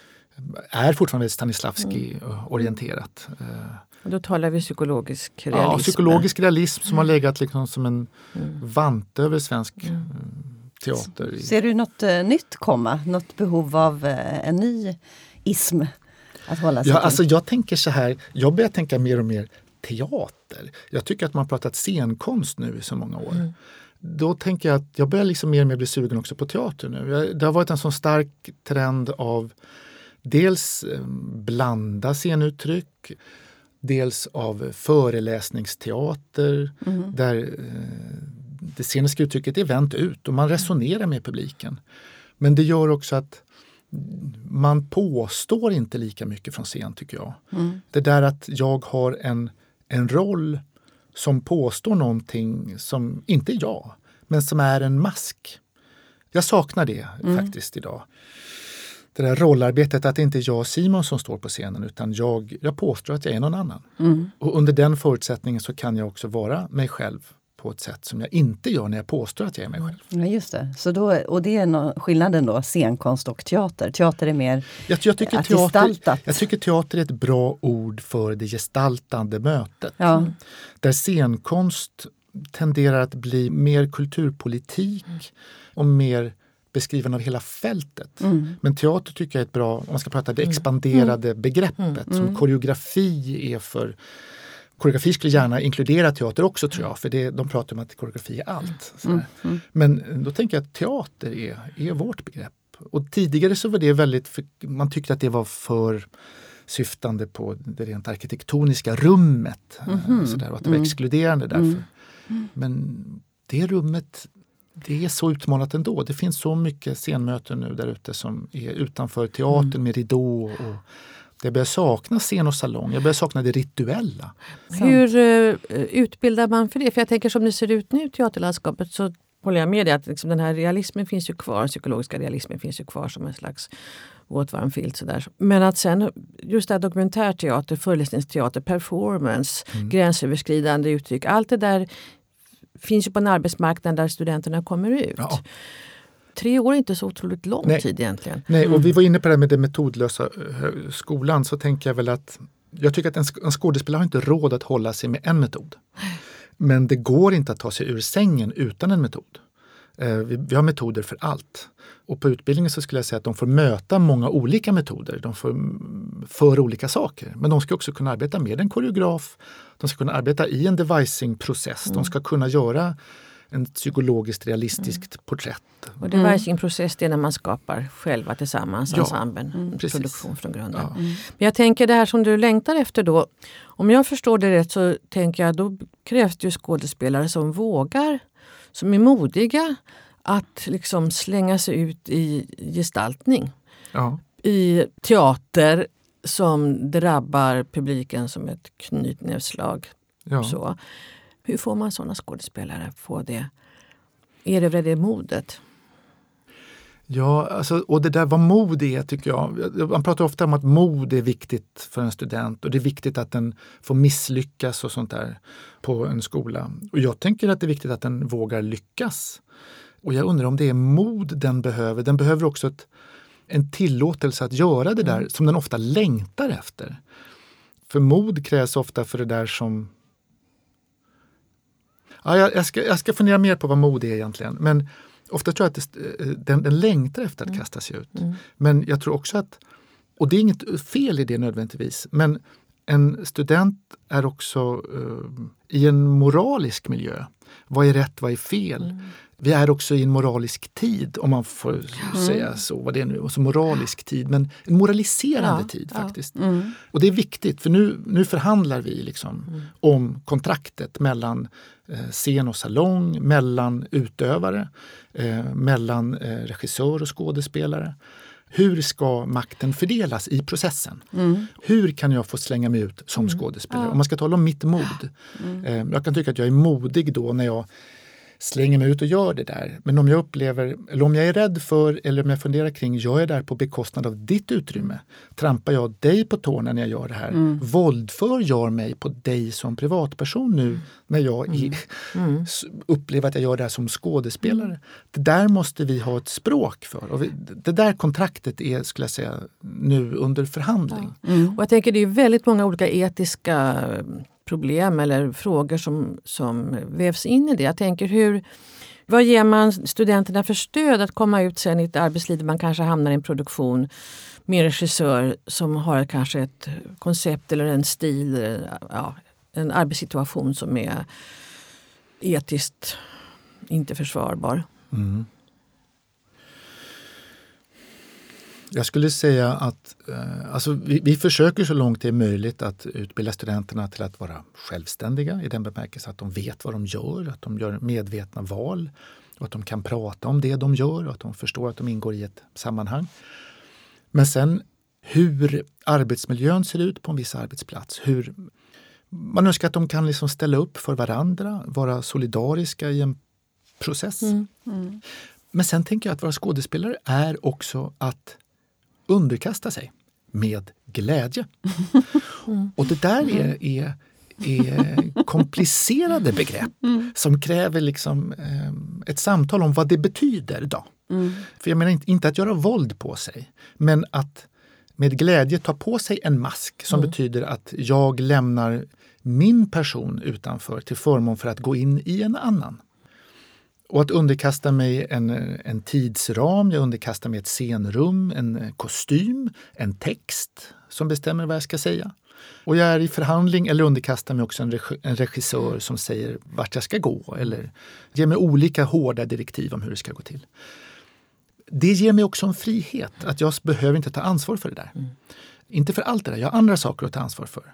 är fortfarande Stanislavski-orienterat. Mm. Uh, Och då talar vi psykologisk realism. Ja, psykologisk realism som mm. har legat liksom som en mm. vant över svensk mm. teater. Ser du något uh, nytt komma? Något behov av uh, en ny ism att hålla sig ja, till? Alltså jag tänker så här, jag börjar tänka mer och mer teater. Jag tycker att man har pratat scenkonst nu i så många år. Mm. Då tänker jag att jag börjar liksom mer och mer bli sugen också på teater nu. Jag, det har varit en sån stark trend av dels eh, blanda scenuttryck, dels av föreläsningsteater mm. där eh, det sceniska uttrycket är vänt ut och man resonerar med publiken. Men det gör också att man påstår inte lika mycket från scen tycker jag. Mm. Det där att jag har en, en roll som påstår någonting som inte är jag, men som är en mask. Jag saknar det mm. faktiskt idag. Det där rollarbetet att det inte är jag Simon som står på scenen utan jag, jag påstår att jag är någon annan. Mm. Och under den förutsättningen så kan jag också vara mig själv på ett sätt som jag inte gör när jag påstår att jag är mig själv. Ja just det. Så då, och det är no, skillnaden då, scenkonst och teater. Teater är mer jag, jag tycker att teater, jag tycker teater är ett bra ord för det gestaltande mötet. Ja. Mm. Där scenkonst tenderar att bli mer kulturpolitik mm. och mer beskriven av hela fältet. Mm. Men teater tycker jag är ett bra, om man ska prata det expanderade mm. begreppet mm. som mm. koreografi är för. Koreografi skulle gärna inkludera teater också tror jag, för det, de pratar om att koreografi är allt. Mm. Mm. Men då tänker jag att teater är, är vårt begrepp. Och tidigare så var det väldigt, för, man tyckte att det var för syftande på det rent arkitektoniska rummet. Mm. Sådär, och att det var exkluderande därför. Mm. Men det rummet, det är så utmanat ändå. Det finns så mycket scenmöten nu där ute som är utanför teatern mm. med ridå och jag börjar sakna scen och salong. Jag börjar sakna det rituella. Hur uh, utbildar man för det? För jag tänker som det ser ut nu i teaterlandskapet så håller jag med dig att liksom den här realismen finns ju kvar. Psykologiska realismen finns ju kvar som en slags våtvarm filt. Sådär. Men att sen just det här dokumentärteater, föreläsningsteater, performance, mm. gränsöverskridande uttryck. Allt det där finns ju på en arbetsmarknad där studenterna kommer ut. Ja. Tre år är inte så otroligt lång Nej. tid egentligen. Nej, och vi var inne på det här med den metodlösa skolan så tänker jag väl att jag tycker att en, en skådespelare har inte råd att hålla sig med en metod. Men det går inte att ta sig ur sängen utan en metod. Eh, vi, vi har metoder för allt. Och på utbildningen så skulle jag säga att de får möta många olika metoder. De får för olika saker. Men de ska också kunna arbeta med en koreograf. De ska kunna arbeta i en devising-process. Mm. De ska kunna göra en psykologiskt realistiskt mm. porträtt. Och devising-process det är när man skapar själva tillsammans ja, ensemblen, mm, produktion från grunden. Ja. Mm. Men jag tänker det här som du längtar efter då, om jag förstår det rätt så tänker jag då krävs det ju skådespelare som vågar, som är modiga att liksom slänga sig ut i gestaltning. Ja. i teater som drabbar publiken som ett knytnävsslag. Ja. Så. Hur får man sådana skådespelare få det? Erövra det modet? Ja, alltså, och det där vad mod är tycker jag. Man pratar ofta om att mod är viktigt för en student och det är viktigt att den får misslyckas och sånt där på en skola. Och jag tänker att det är viktigt att den vågar lyckas. Och jag undrar om det är mod den behöver. Den behöver också ett, en tillåtelse att göra det där som den ofta längtar efter. För mod krävs ofta för det där som... Ja, jag, jag, ska, jag ska fundera mer på vad mod är egentligen. Men ofta tror jag att det, den, den längtar efter att mm. kasta sig ut. Mm. Men jag tror också att, och det är inget fel i det nödvändigtvis, men en student är också uh, i en moralisk miljö. Vad är rätt, vad är fel? Mm. Vi är också i en moralisk tid, om man får mm. säga så, vad det är nu. Alltså moralisk tid, men en moraliserande ja, tid faktiskt. Ja. Mm. Och det är viktigt, för nu, nu förhandlar vi liksom mm. om kontraktet mellan eh, scen och salong, mellan utövare, eh, mellan eh, regissör och skådespelare. Hur ska makten fördelas i processen? Mm. Hur kan jag få slänga mig ut som mm. skådespelare? Ja. Om man ska tala om mitt mod. Mm. Eh, jag kan tycka att jag är modig då när jag slänger mig ut och gör det där. Men om jag upplever, eller om jag är rädd för, eller om jag funderar kring, gör jag där på bekostnad av ditt utrymme? Trampar jag dig på tårna när jag gör det här? Mm. Våldför jag mig på dig som privatperson nu när jag mm. i, mm. upplever att jag gör det här som skådespelare? Mm. Det där måste vi ha ett språk för. Och vi, det där kontraktet är, skulle jag säga, nu under förhandling. Ja. Mm. Och jag tänker det är väldigt många olika etiska problem eller frågor som, som vävs in i det. Jag tänker hur, vad ger man studenterna för stöd att komma ut sen i ett arbetsliv där man kanske hamnar i en produktion med en regissör som har kanske ett koncept eller en stil, ja, en arbetssituation som är etiskt inte försvarbar. Mm. Jag skulle säga att eh, alltså vi, vi försöker så långt det är möjligt att utbilda studenterna till att vara självständiga i den bemärkelsen att de vet vad de gör, att de gör medvetna val och att de kan prata om det de gör och att de förstår att de ingår i ett sammanhang. Men sen hur arbetsmiljön ser ut på en viss arbetsplats, hur man önskar att de kan liksom ställa upp för varandra, vara solidariska i en process. Mm. Mm. Men sen tänker jag att vara skådespelare är också att underkasta sig med glädje. Mm. Och det där är, är, är komplicerade begrepp mm. som kräver liksom, eh, ett samtal om vad det betyder då. Mm. För jag menar inte, inte att göra våld på sig, men att med glädje ta på sig en mask som mm. betyder att jag lämnar min person utanför till förmån för att gå in i en annan. Och att underkasta mig en, en tidsram, jag underkastar mig ett scenrum, en kostym, en text som bestämmer vad jag ska säga. Och jag är i förhandling eller underkastar mig också en, reg- en regissör som säger vart jag ska gå eller ger mig olika hårda direktiv om hur det ska gå till. Det ger mig också en frihet att jag behöver inte ta ansvar för det där. Mm. Inte för allt det där, jag har andra saker att ta ansvar för.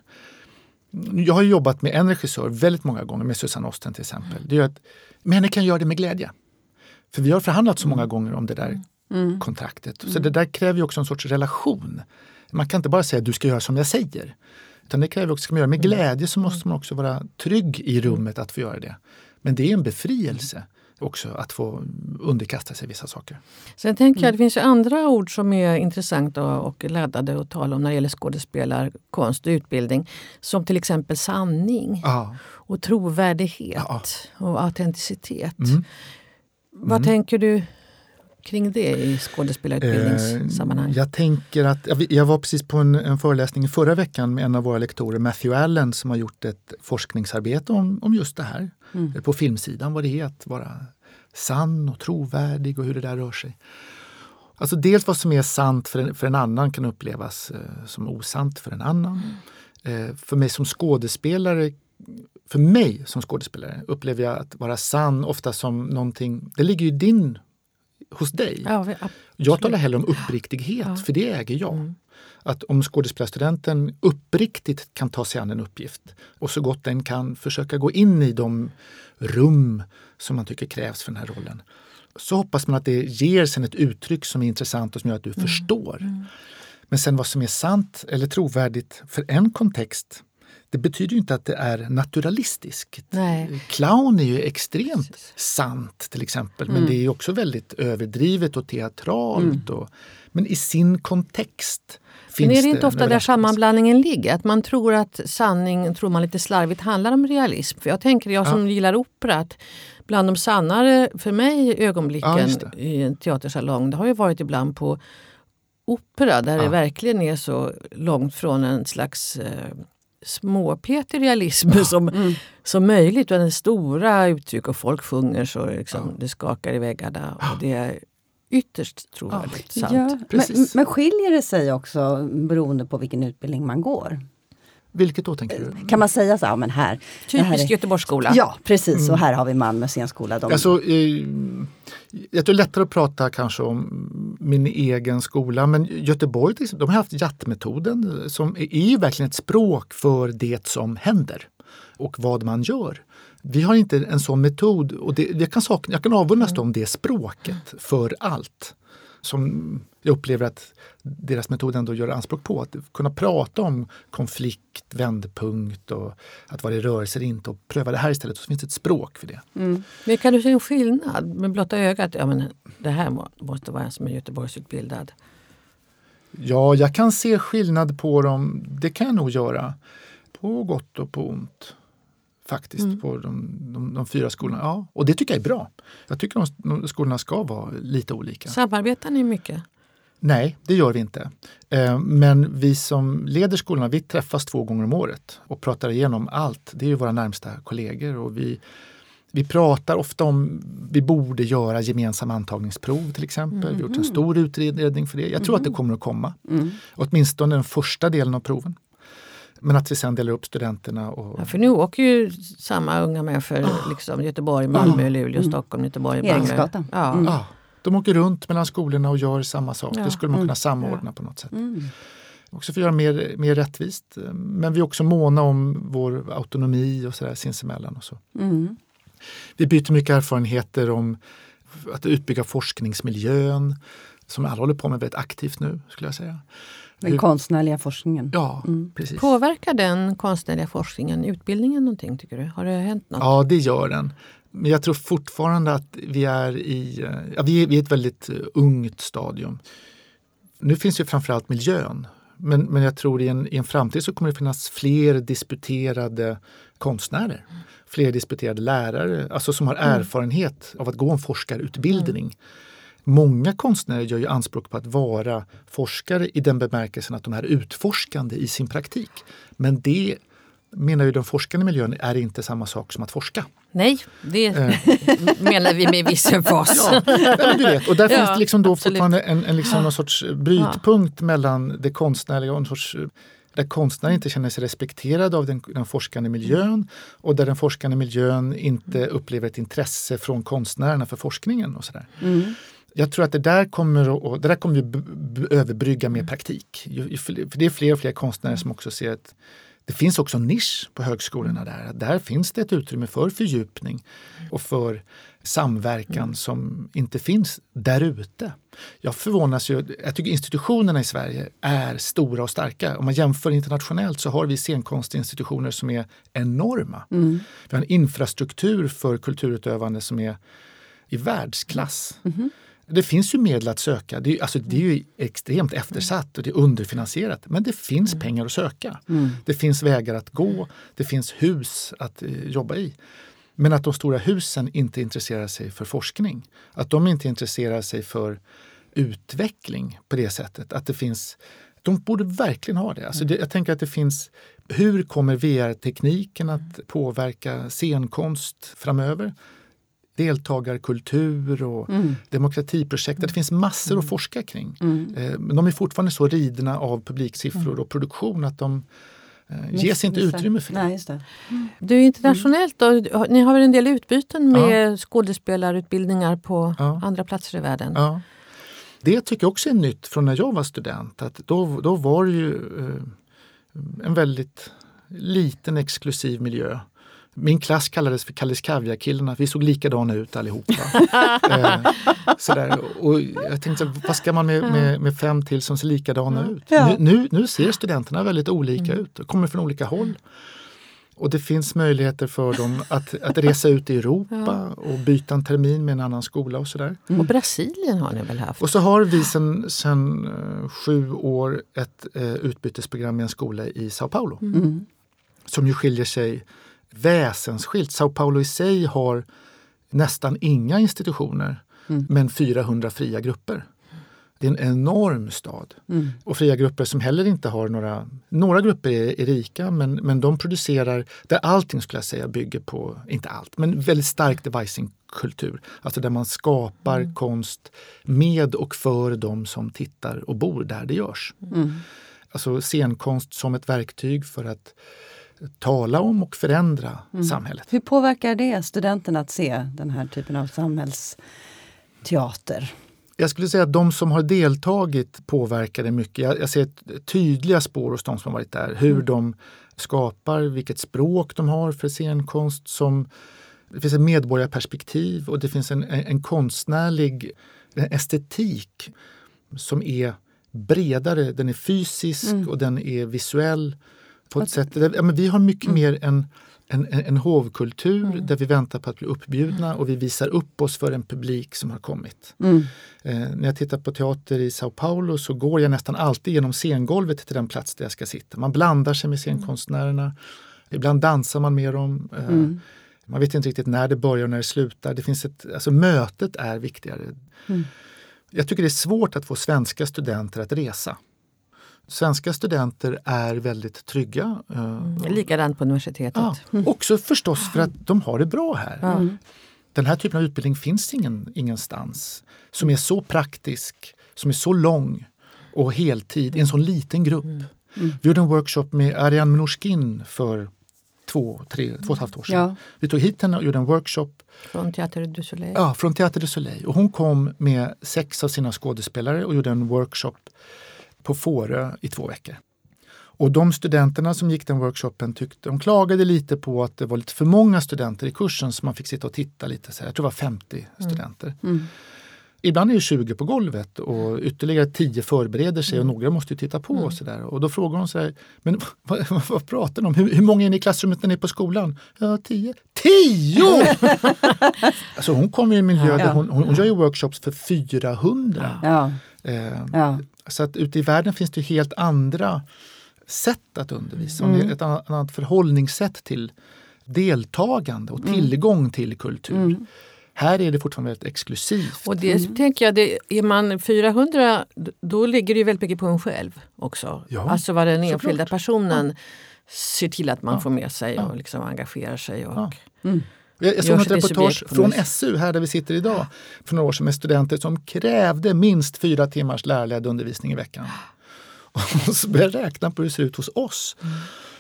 Jag har jobbat med en regissör väldigt många gånger, med Susanne Osten till exempel. Det gör att, men henne kan göra det med glädje. För vi har förhandlat så många gånger om det där mm. kontraktet. Så det där kräver ju också en sorts relation. Man kan inte bara säga att du ska göra som jag säger. Utan det kräver också, ska man göra med glädje så måste man också vara trygg i rummet att få göra det. Men det är en befrielse också att få underkasta sig vissa saker. Sen tänker jag att det finns ju andra ord som är intressanta och laddade att tala om när det gäller skådespelarkonst och utbildning. Som till exempel sanning ja. och trovärdighet ja. och autenticitet. Mm. Vad mm. tänker du kring det i skådespelarutbildningssammanhang? Eh, jag tänker att, jag var precis på en, en föreläsning förra veckan med en av våra lektorer, Matthew Allen, som har gjort ett forskningsarbete om, om just det här. Mm. På filmsidan, vad det är att vara sann och trovärdig och hur det där rör sig. Alltså dels vad som är sant för en, för en annan kan upplevas eh, som osant för en annan. Mm. Eh, för mig som skådespelare För mig som skådespelare upplever jag att vara sann ofta som någonting, det ligger ju din hos dig. Ja, vi, jag talar hellre om uppriktighet, ja. för det äger jag. Mm. Att om skådespelarstudenten uppriktigt kan ta sig an en uppgift och så gott den kan försöka gå in i de rum som man tycker krävs för den här rollen. Så hoppas man att det ger sen ett uttryck som är intressant och som gör att du mm. förstår. Mm. Men sen vad som är sant eller trovärdigt för en kontext, det betyder ju inte att det är naturalistiskt. Nej. Clown är ju extremt sant till exempel, men Mm. det är ju också väldigt överdrivet och teatralt. Mm. Och, men i sin kontext finns Men är det det inte ofta där överraskelse. sammanblandningen ligger? Att man tror att sanning, tror man lite slarvigt, handlar om realism. För jag tänker, jag som Ja. gillar opera, att bland de sannare för mig Ja, ögonblicken just det. i en teatersalong, det har ju varit ibland på opera där Ja. det verkligen är så långt från en slags eh, småpetig realism som, Mm. som möjligt. Och den stora uttryck och folk sjunger så liksom, Ja. det skakar i väggarna. Och det är ytterst trovärdigt sant. Ja, men, Precis. men skiljer det sig också beroende på vilken utbildning man går? Vilket då tänker du? Kan man säga så här, ja, men här... det här Typisk är- Göteborgsskola. Ja, precis. Mm. Och här har vi Malmö scenskola. De, Alltså, eh, jag tror det är lättare att prata kanske om min egen skola, men Göteborg till exempel, de har haft J A T-metoden som är ju verkligen ett språk för det som händer och vad man gör. Vi har inte en sån metod och det, jag, kan sakna, jag kan avundas dem det språket för allt. Som jag upplever att deras metod ändå gör anspråk på. Att kunna prata om konflikt, vändpunkt och att vara i rörelse eller inte och pröva det här istället. Så finns det ett språk för det. mm. Men kan du se en skillnad med blotta ögat? Ja, men det här må, måste vara en som är Göteborgsutbildad. Ja, jag kan se skillnad på dem. Det kan jag nog göra. På gott och på ont. Faktiskt Mm. på de, de, de fyra skolorna. Ja, och det tycker jag är bra. Jag tycker att de, de skolorna ska vara lite olika. Samarbetar ni mycket? Nej, det gör vi inte. Eh, men vi som leder skolorna, vi träffas två gånger om året och pratar igenom allt. Det är ju våra närmsta kollegor och vi, vi pratar ofta om vi borde göra gemensamma antagningsprov till exempel. Mm. Vi har gjort en stor utredning för det. Jag tror att det kommer att komma. Mm. Åtminstone den första delen av proven. Men att vi sen delar upp studenterna. Och, Ja, för nu åker ju samma unga med för liksom, Göteborg, Malmö, Luleå, Mm. Stockholm, Göteborg, Malmö. Eriksgatan. Ja. Mm. ja, de åker runt mellan skolorna och gör samma sak. Ja. Det skulle man kunna Mm. samordna på något sätt. Mm. Också för att göra mer, mer rättvist. Men vi är också måna om vår autonomi och sådär sinsemellan. Och så. Mm. Vi byter mycket erfarenheter om att utbygga forskningsmiljön som alla håller på med väldigt aktivt nu skulle jag säga. Den Hur- konstnärliga forskningen. Ja, Mm. precis. Påverkar den konstnärliga forskningen utbildningen någonting tycker du? Har det hänt något? Ja, det gör den. Men jag tror fortfarande att vi är i ja, vi är, vi är ett väldigt uh, ungt stadium. Nu finns ju framförallt miljön. Men, men jag tror i en, i en framtid så kommer det finnas fler disputerade konstnärer. Fler disputerade lärare, alltså som har erfarenhet av att gå en forskarutbildning. Mm. Många konstnärer gör ju anspråk på att vara forskare i den bemärkelsen att de är utforskande i sin praktik. Men det menar ju den forskande miljön är inte samma sak som att forska. Nej, det Eh. menar vi med viss emfas. Ja, men du vet. Och där Ja, finns det liksom då absolut. fortfarande en, en liksom någon sorts brytpunkt mellan det konstnärliga och en sorts där konstnären inte känner sig respekterad av den, den forskande miljön och där den forskande miljön inte upplever ett intresse från konstnärerna för forskningen och sådär. Mm. Jag tror att det där kommer att, det där kommer vi b- b- överbrygga med praktik. Ju- ju fler- För det är fler och fler konstnärer som också ser att det finns också en nisch på högskolorna där. Där finns det ett utrymme för fördjupning och för samverkan mm. som inte finns där ute. Jag förvånas ju, jag tycker institutionerna i Sverige är stora och starka. Om man jämför internationellt så har vi scenkonstinstitutioner som är enorma. Mm. Vi har en infrastruktur för kulturutövande som är i världsklass. Mm. Det finns ju medel att söka. Det är, alltså, det är ju extremt eftersatt och det är underfinansierat. Men det finns pengar att söka. Mm. Det finns vägar att gå. Det finns hus att eh, jobba i. Men att de stora husen inte intresserar sig för forskning. Att de inte intresserar sig för utveckling på det sättet. Att det finns, de borde verkligen ha det. Alltså det jag tänker att det finns, hur kommer V R-tekniken att påverka scenkonst framöver? Deltagarkultur och mm. demokratiprojekt. Det finns massor att forska kring. Mm. Eh, men de är fortfarande så ridna av publiksiffror och produktion att de eh, ges inte utrymme för det. Nej, just det. Mm. Du är internationellt då, ni har väl en del utbyten med ja. skådespelarutbildningar på ja. andra platser i världen? Ja. Det tycker jag också är nytt från när jag var student. Att då, då var det ju eh, en väldigt liten exklusiv miljö. Min klass kallades för Kalles Kaviar-killarna. Vi såg likadana ut allihopa. eh, sådär. Och jag tänkte, vad ska man med, med, med fem till som ser likadana ut? Ja. Nu, nu, nu ser studenterna väldigt olika ut. De kommer från olika håll. Och det finns möjligheter för dem att, att resa ut i Europa ja. och byta en termin med en annan skola och sådär. Mm. Och Brasilien har ni väl haft? Och så har vi sedan, sedan uh, sju år ett uh, utbytesprogram i en skola i Sao Paulo. Mm. Som ju skiljer sig väsensskilt. Sao Paulo i sig har nästan inga institutioner mm. men fyrahundra fria grupper. Det är en enorm stad. Mm. Och fria grupper som heller inte har några... Några grupper är, är rika men, men de producerar där allting skulle jag säga bygger på, inte allt, men väldigt stark devising-kultur. Alltså där man skapar mm. konst med och för de som tittar och bor där det görs. Mm. Alltså scenkonst som ett verktyg för att tala om och förändra mm. samhället. Hur påverkar det studenterna att se den här typen av samhällsteater? Jag skulle säga att de som har deltagit påverkar det mycket. Jag, jag ser ett, tydliga spår hos de som har varit där. Hur mm. de skapar, vilket språk de har för scenkonst. Som, det finns ett medborgarperspektiv och det finns en, en, en konstnärlig en estetik som är bredare. Den är fysisk mm. och den är visuell. På ett sätt, ja, men vi har mycket mm. mer en, en, en hovkultur mm. där vi väntar på att bli uppbjudna och vi visar upp oss för en publik som har kommit. Mm. Eh, när jag tittar på teater i Sao Paulo så går jag nästan alltid genom scengolvet till den plats där jag ska sitta. Man blandar sig med scenkonstnärerna. Ibland dansar man med dem. Eh, mm. Man vet inte riktigt när det börjar och när det slutar. Det finns ett, alltså mötet är viktigare. Mm. Jag tycker det är svårt att få svenska studenter att resa. Svenska studenter är väldigt trygga. Mm. Likadant på universitetet. Ja, mm. Också förstås för att de har det bra här. Mm. Den här typen av utbildning finns ingen, ingenstans. Som är så praktisk, som är så lång och heltid i en sån liten grupp. Mm. Mm. Vi gjorde en workshop med Ariane Mnouchkine för två, tre, två och ett halvt år sedan. Ja. Vi tog hit henne och gjorde en workshop. Från Théâtre du Soleil. Ja, från Théâtre du Soleil. Och hon kom med sex av sina skådespelare och gjorde en workshop på Fårö i två veckor. Och de studenterna som gick den workshopen tyckte, de klagade lite på att det var lite för många studenter i kursen så man fick sitta och titta lite. Så jag tror det var femtio mm. studenter. Mm. Ibland är det tjugo på golvet och ytterligare tio förbereder sig och några måste ju titta på mm. och sådär. Och då frågar de så här, men vad, vad, vad pratar de om? Hur, hur många är ni i klassrummet när ni är på skolan? Ja, tio. Tio! Alltså hon kommer i en miljö där hon, hon, hon gör ju workshops för fyrahundra. Ja. Eh, ja. Så att ute i världen finns det helt andra sätt att undervisa. Mm. Ett annat, annat förhållningssätt till deltagande och tillgång mm. till kultur. Mm. Här är det fortfarande väldigt exklusivt. Och det mm. tänker jag, det, är man fyrahundra då ligger det ju väldigt mycket på en själv också. Ja, alltså vad den enskilda personen ja. ser till att man ja. får med sig och liksom engagerar sig. Och ja. mm. Jag, jag såg ett reportage från S U här där vi sitter idag för några år sedan med studenter som krävde minst fyra timmars lärarledd undervisning i veckan. Och så började jag räkna på hur det ser ut hos oss. Mm.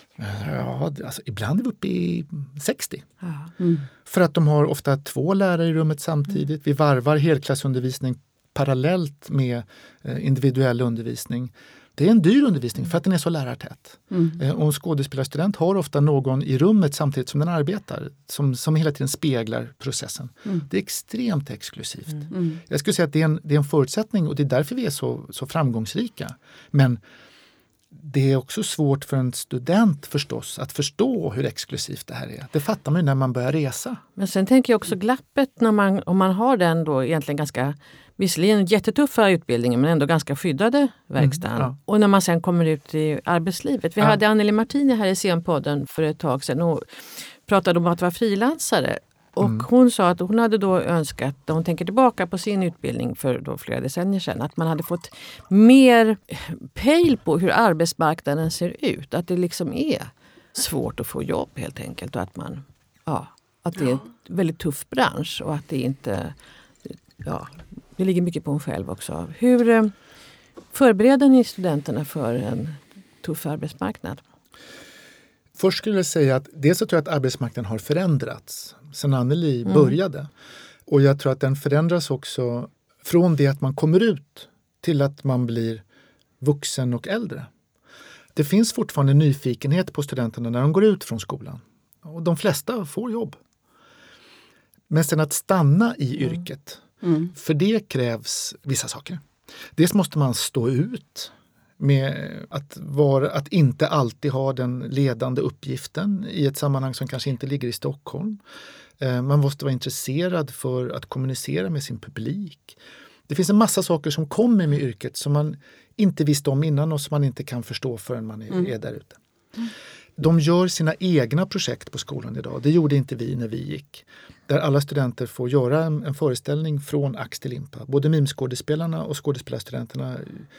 Ja, alltså, ibland är vi uppe i sextio. Mm. För att de har ofta två lärare i rummet samtidigt. Vi varvar helklassundervisning parallellt med eh, individuell undervisning. Det är en dyr undervisning för att den är så lärartät. Mm. Eh, och en skådespelarstudent har ofta någon i rummet samtidigt som den arbetar. Som, som hela tiden speglar processen. Mm. Det är extremt exklusivt. Mm. Jag skulle säga att det är, en, det är en förutsättning och det är därför vi är så, så framgångsrika. Men det är också svårt för en student förstås att förstå hur exklusivt det här är. Det fattar man ju när man börjar resa. Men sen tänker jag också glappet när man, om man har den då egentligen ganska, visserligen jättetuffa utbildningen men ändå ganska skyddade verkstaden. Mm, ja. Och när man sen kommer ut i arbetslivet. Vi ja. hade Anneli Martini här i Scenpodden för ett tag sedan och pratade om att vara frilansare. Och mm. hon sa att hon hade då önskat, när hon tänker tillbaka på sin utbildning för då flera decennier sedan, att man hade fått mer pejl på hur arbetsmarknaden ser ut. Att det liksom är svårt att få jobb helt enkelt. Och att, man, ja, att det är en väldigt tuff bransch och att det inte, ja, det ligger mycket på en själv också. Hur förbereder ni studenterna för en tuff arbetsmarknad? Först skulle jag säga att dels så tror jag att arbetsmarknaden har förändrats sedan Anneli mm. började. Och jag tror att den förändras också från det att man kommer ut till att man blir vuxen och äldre. Det finns fortfarande nyfikenhet på studenterna när de går ut från skolan. Och de flesta får jobb. Men sen att stanna i mm. yrket, mm. för det krävs vissa saker. Dels måste man stå ut med att, vara, att inte alltid ha den ledande uppgiften i ett sammanhang som kanske inte ligger i Stockholm. Man måste vara intresserad för att kommunicera med sin publik. Det finns en massa saker som kommer med yrket som man inte visste om innan och som man inte kan förstå förrän man är, mm. är där ute. Mm. De gör sina egna projekt på skolan idag. Det gjorde inte vi när vi gick. Där alla studenter får göra en, en föreställning från ax till limpa. Både mimskådespelarna och skådespelarstudenterna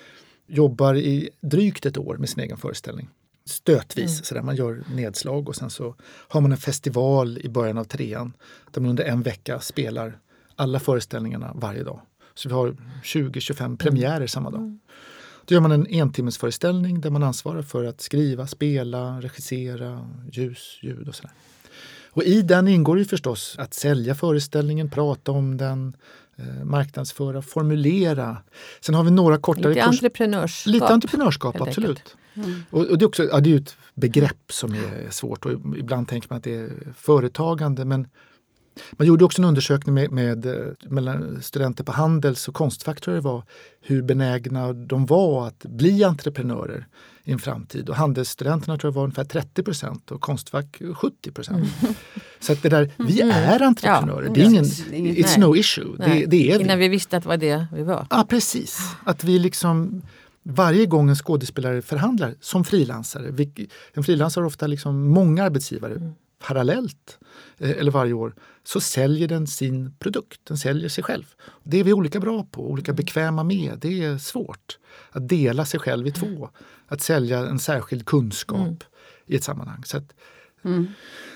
jobbar i drygt ett år med sin egen föreställning. Stötvis, mm. så där man gör nedslag och sen så har man en festival i början av trean där man under en vecka spelar alla föreställningarna varje dag. Så vi har tjugo till tjugofem premiärer samma dag. Mm. Då gör man en entimmesföreställning där man ansvarar för att skriva, spela, regissera, ljus, ljud och sådär. Och i den ingår ju förstås att sälja föreställningen, prata om den, eh, marknadsföra, formulera. Sen har vi några kortare lite kurs... entreprenörskap. Lite entreprenörskap, absolut. Mm. Och, och det är också ja, det är ju ett begrepp som är svårt och ibland tänker man att det är företagande, men man gjorde också en undersökning med, med, med studenter på Handels- och Konstfack tror jag det var, hur benägna de var att bli entreprenörer i en framtid. Och handelsstudenterna tror jag var ungefär trettio procent och Konstfack sjuttio procent. Mm. Så att det där, vi är entreprenörer. Ja, det är ingen, it's no issue. Det, det är vi. Innan vi visste att det var det vi var. Ja, precis. Att vi liksom... Varje gång en skådespelare förhandlar som frilansare, en frilansare har ofta liksom många arbetsgivare mm. parallellt eller varje år, så säljer den sin produkt, den säljer sig själv. Det är vi olika bra på, olika bekväma med. Det är svårt att dela sig själv i två, att sälja en särskild kunskap mm. i ett sammanhang. Så att, mm.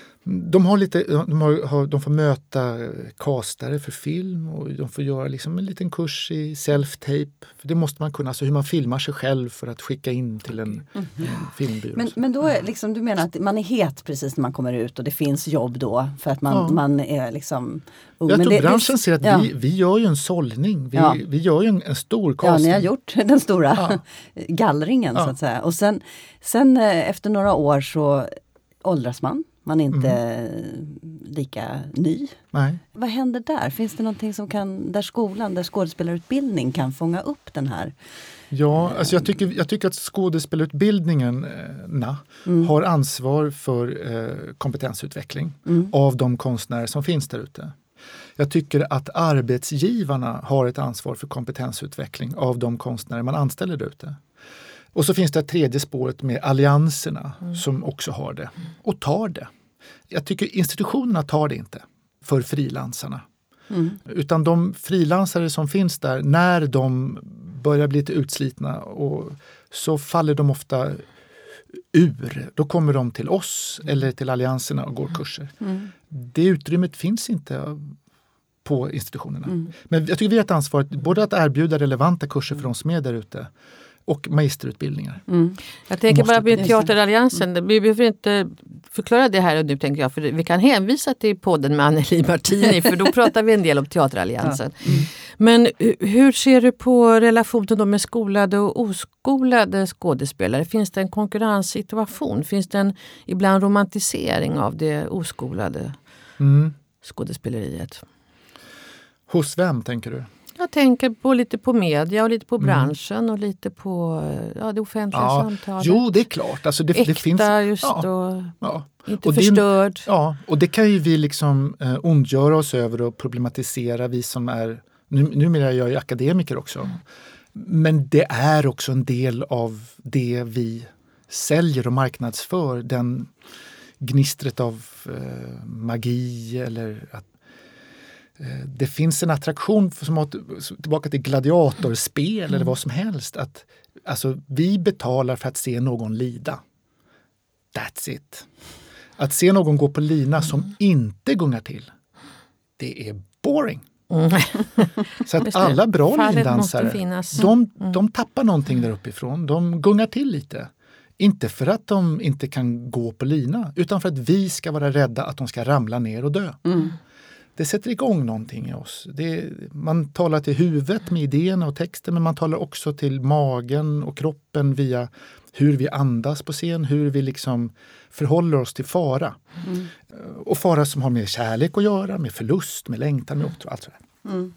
De, har lite, de, har, de får möta castare för film och de får göra liksom en liten kurs i self-tape. För det måste man kunna, alltså hur man filmar sig själv för att skicka in till en, mm. en filmbyrå. Men, men då är liksom, du menar att man är het precis när man kommer ut och det finns jobb då för att man, ja. man är liksom... Oh, jag men tror det, branschen det, ser att ja. vi, vi gör ju en sållning. Vi, ja. vi gör ju en, en stor casting. Ja, ni har gjort den stora ja. gallringen ja. så att säga. Och sen, sen efter några år så åldras man. Man är inte mm. lika ny. Nej. Vad händer där? Finns det någonting som kan, där skolan, där skådespelarutbildning kan fånga upp den här? Ja, alltså jag tycker, jag tycker att skådespelarutbildningen eh, mm. har ansvar för eh, kompetensutveckling mm. av de konstnärer som finns där ute. Jag tycker att arbetsgivarna har ett ansvar för kompetensutveckling av de konstnärer man anställer där ute. Och så finns det ett tredje spåret med allianserna mm. som också har det och tar det. Jag tycker institutionerna tar det inte för frilansarna. Mm. Utan de frilansare som finns där, när de börjar bli lite utslitna och så faller de ofta ur. Då kommer de till oss mm. eller till allianserna och går kurser. Mm. Det utrymmet finns inte på institutionerna. Mm. Men jag tycker vi har ett ansvar både att erbjuda relevanta kurser för de som är där ute och magisterutbildningar. Mm. Jag tänker bara på Teateralliansen. Mm. Vi behöver inte förklara det här och nu tänker jag. För vi kan hänvisa till podden med Anneli Martini. För då pratar vi en del om Teateralliansen. Ja. Mm. Men hur ser du på relationen då med skolade och oskolade skådespelare? Finns det en konkurrenssituation? Finns det en ibland romantisering av det oskolade mm. skådespeleriet? Hos vem tänker du? Jag tänker på lite på media och lite på branschen mm. och lite på ja, det offentliga ja. samtalet. Jo, det är klart. Alltså det, Äkta det finns, just ja, och ja. inte och förstörd. Det, ja, och det kan ju vi liksom eh, ondgöra oss över och problematisera, vi som är, nu, numera är jag ju akademiker också. Mm. Men det är också en del av det vi säljer och marknadsför, den gnistret av eh, magi eller att det finns en attraktion som att, tillbaka till gladiatorspel mm. eller vad som helst. Att, alltså, vi betalar för att se någon lida. That's it. Att se någon gå på lina som mm. inte gungar till, det är boring. Mm. Så att alla bra lindansare, mm. de, de tappar någonting där uppifrån. De gungar till lite. Inte för att de inte kan gå på lina, utan för att vi ska vara rädda att de ska ramla ner och dö. Mm. Det sätter igång någonting i oss. Det, man talar till huvudet med idéerna och texten, men man talar också till magen och kroppen via hur vi andas på scen, hur vi liksom förhåller oss till fara. Mm. och fara som har med kärlek att göra, med förlust, med längtan, med åtrå, allt sådär. Mm.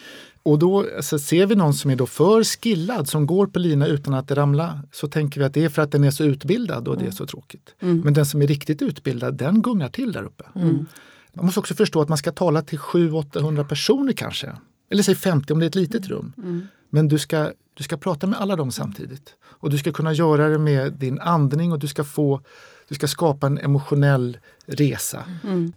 Och då alltså, ser vi någon som är då för skillad, som går på lina utan att ramla, så tänker vi att det är för att den är så utbildad och mm. det är så tråkigt. Mm. Men den som är riktigt utbildad, den gungar till där uppe. Mm. Man måste också förstå att man ska tala till sju till åttahundra personer kanske. Eller säg femtio om det är ett litet rum. Mm. Men du ska, du ska prata med alla dem samtidigt. Och du ska kunna göra det med din andning och du ska få, du ska skapa en emotionell resa. Mm.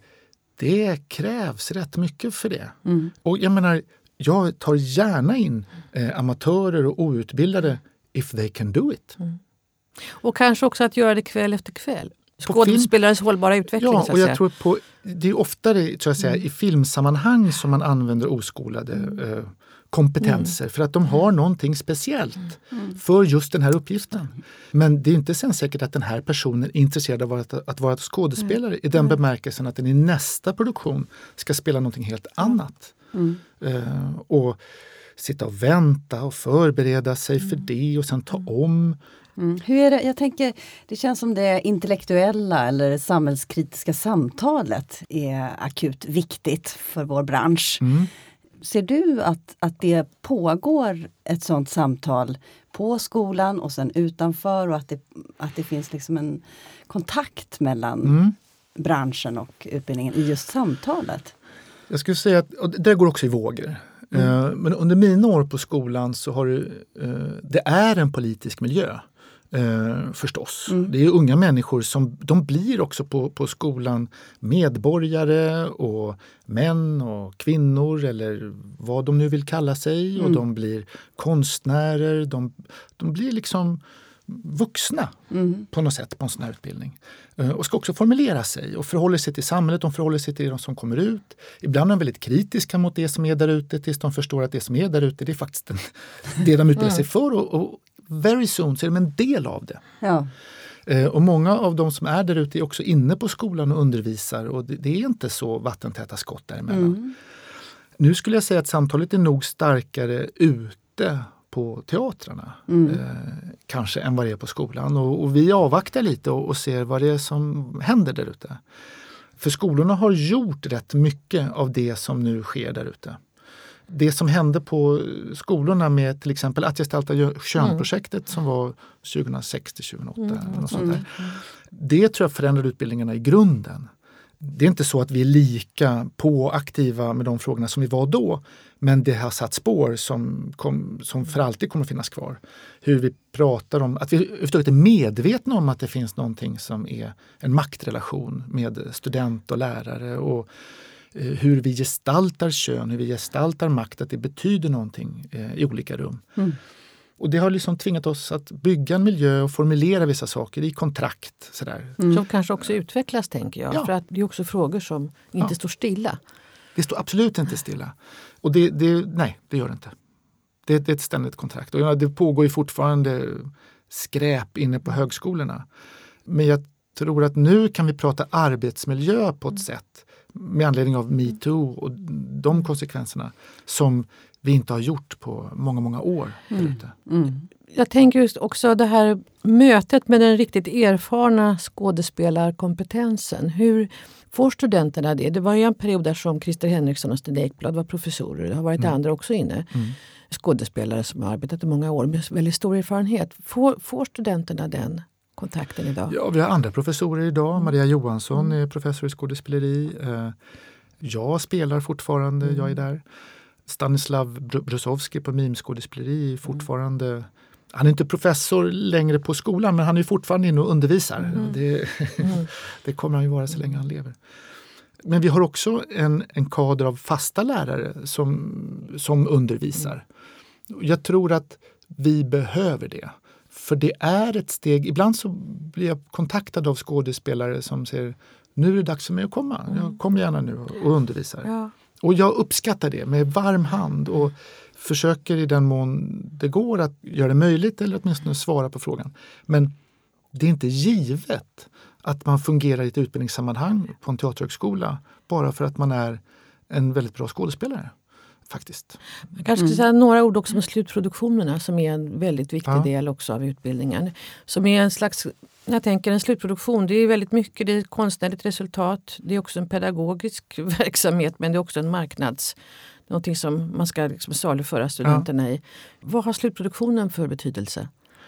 Det krävs rätt mycket för det. Mm. Och jag menar, jag tar gärna in eh, amatörer och outbildade if they can do it. Mm. Och kanske också att göra det kväll efter kväll. Skådespelares hållbara utveckling. Ja, så att och jag säga. tror på, det är oftare tror jag säga, mm. i filmsammanhang som man använder oskolade eh, kompetenser. Mm. För att de har någonting speciellt mm. för just den här uppgiften. Men det är inte sen säkert att den här personen är intresserad av att, att vara skådespelare mm. i den bemärkelsen att den i nästa produktion ska spela någonting helt annat. Mm. Uh, och sitta och vänta och förbereda sig mm. för det och sen ta om. Mm. Hur är det? Jag tänker, det känns som det intellektuella eller samhällskritiska samtalet är akut viktigt för vår bransch. Mm. Ser du att, att det pågår ett sådant samtal på skolan och sen utanför och att det, att det finns liksom en kontakt mellan mm. branschen och utbildningen i just samtalet? Jag skulle säga att och det går också i vågor. Mm. Uh, men under mina år på skolan så har det, uh, det är en politisk miljö. Uh, förstås. Mm. Det är unga människor som de blir också på, på skolan medborgare och män och kvinnor eller vad de nu vill kalla sig. Mm. Och de blir konstnärer. De, de blir liksom vuxna mm. på något sätt på en sån här utbildning. Uh, och ska också formulera sig och förhåller sig till samhället. De förhåller sig till de som kommer ut. Ibland är de väldigt kritiska mot det som är där ute tills de förstår att det som är där ute det är faktiskt den, det de utbildar sig för och, och very soon så är de en del av det. Ja. Eh, och många av de som är där ute är också inne på skolan och undervisar och det, det är inte så vattentäta skott däremellan. Mm. Nu skulle jag säga att samtalet är nog starkare ute på teatrarna mm. eh, kanske än vad det är på skolan och, och vi avvaktar lite och, och ser vad det är som händer där ute. För skolorna har gjort rätt mycket av det som nu sker där ute. Det som hände på skolorna med till exempel att gestalta könprojektet mm. som var tjugohundrasex till tjugohundraåtta. Mm. Något sånt där. Det tror jag förändrade utbildningarna i grunden. Det är inte så att vi är lika påaktiva med de frågorna som vi var då. Men det har satt spår som, kom, som för alltid kommer att finnas kvar. Hur vi pratar om, att vi överhuvudtaget är medvetna om att det finns någonting som är en maktrelation med student och lärare och hur vi gestaltar kön, hur vi gestaltar makt, att det betyder någonting eh, i olika rum. Mm. Och det har liksom tvingat oss att bygga en miljö och formulera vissa saker i kontrakt. Sådär. Mm. Som kanske också utvecklas tänker jag. Ja. För att det är också frågor som inte ja. står stilla. Det står absolut inte stilla. Och det, det, nej, det gör det inte. Det, det är ett ständigt kontrakt. Och det pågår ju fortfarande skräp inne på högskolorna. Men jag tror att nu kan vi prata arbetsmiljö på ett mm. sätt med anledning av MeToo och de konsekvenserna som vi inte har gjort på många, många år. Mm. Mm. Jag tänker just också det här mötet med den riktigt erfarna skådespelarkompetensen. Hur får studenterna det? Det var ju en period där som Christer Henriksson och Sten Ekblad var professorer. Det har varit mm. andra också inne. Mm. Skådespelare som har arbetat i många år med väldigt stor erfarenhet. Får, får studenterna den kontakten idag? Ja, vi har andra professorer idag. Maria Johansson är professor i skådespeleri. Jag spelar fortfarande, mm. jag är där. Stanislav Brusovski på mimskådespeleri är fortfarande... Mm. Han är inte professor längre på skolan men han är fortfarande inne och undervisar. Mm. Det, mm. det kommer han ju vara så länge han lever. Men vi har också en, en kader av fasta lärare som, som undervisar. Mm. Jag tror att vi behöver det. För det är ett steg, ibland så blir jag kontaktad av skådespelare som säger nu är det dags för mig att komma. Mm. Jag kommer gärna nu och undervisar. Ja. Och jag uppskattar det med varm hand och försöker i den mån det går att göra det möjligt eller åtminstone svara på frågan. Men det är inte givet att man fungerar i ett utbildningssammanhang på en teaterhögskola bara för att man är en väldigt bra skådespelare. faktiskt. Jag kanske ska säga några ord också om slutproduktionerna som är en väldigt viktig Ja. del också av utbildningen. Som är en slags, jag tänker en slutproduktion, det är väldigt mycket, det är ett konstnärligt resultat. Det är också en pedagogisk verksamhet, men det är också en marknads, någonting som man ska liksom saluföra studenterna ja. i. Vad har slutproduktionen för betydelse?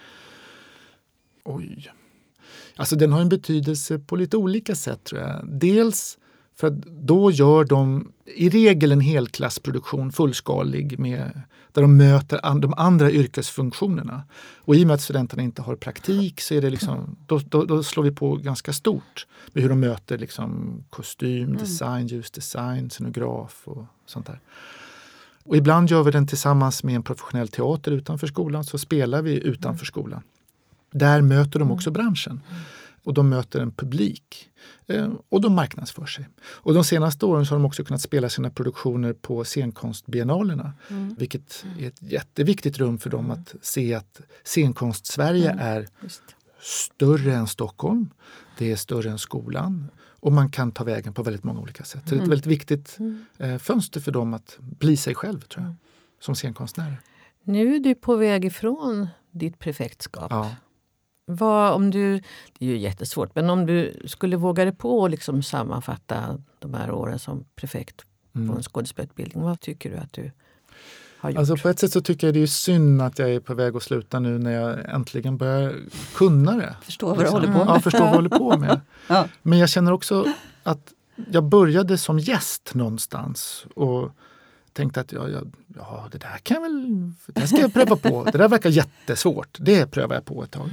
Oj. Alltså den har en betydelse på lite olika sätt tror jag. Dels för att då gör de i regel en helklassproduktion fullskalig med, där de möter an, de andra yrkesfunktionerna. Och i och med att studenterna inte har praktik så är det liksom, då, då, då slår vi på ganska stort med hur de möter liksom kostym, mm. design, ljusdesign, scenograf och sånt där. Och ibland gör vi den tillsammans med en professionell teater utanför skolan, så spelar vi utanför skolan. Där möter de också branschen. Och de möter en publik. Eh, och de marknadsför sig. Och de senaste åren så har de också kunnat spela sina produktioner på scenkonstbiennalerna. Mm. Vilket är ett jätteviktigt rum för dem att se att scenkonst-Sverige mm. är Just. större än Stockholm. Det är större än skolan. Och man kan ta vägen på väldigt många olika sätt. Så det är ett väldigt viktigt eh, fönster för dem att bli sig själv tror jag. Som scenkonstnärer. Nu är du på väg ifrån ditt prefektskap. Ja. Vad, om du, det är ju jättesvårt, men om du skulle våga dig på att liksom sammanfatta de här åren som prefekt mm. på en skådespelarutbildning, vad tycker du att du har gjort? Alltså på ett sätt så tycker jag det är synd att jag är på väg att sluta nu när jag äntligen börjar kunna det. Förstå vad du håller på med. Ja, förstå vad jag håller på med. Ja. Men jag känner också att jag började som gäst någonstans och tänkte att ja, ja, ja, det där kan jag väl, det här ska jag pröva på. Det där verkar jättesvårt. Det prövar jag på ett tag.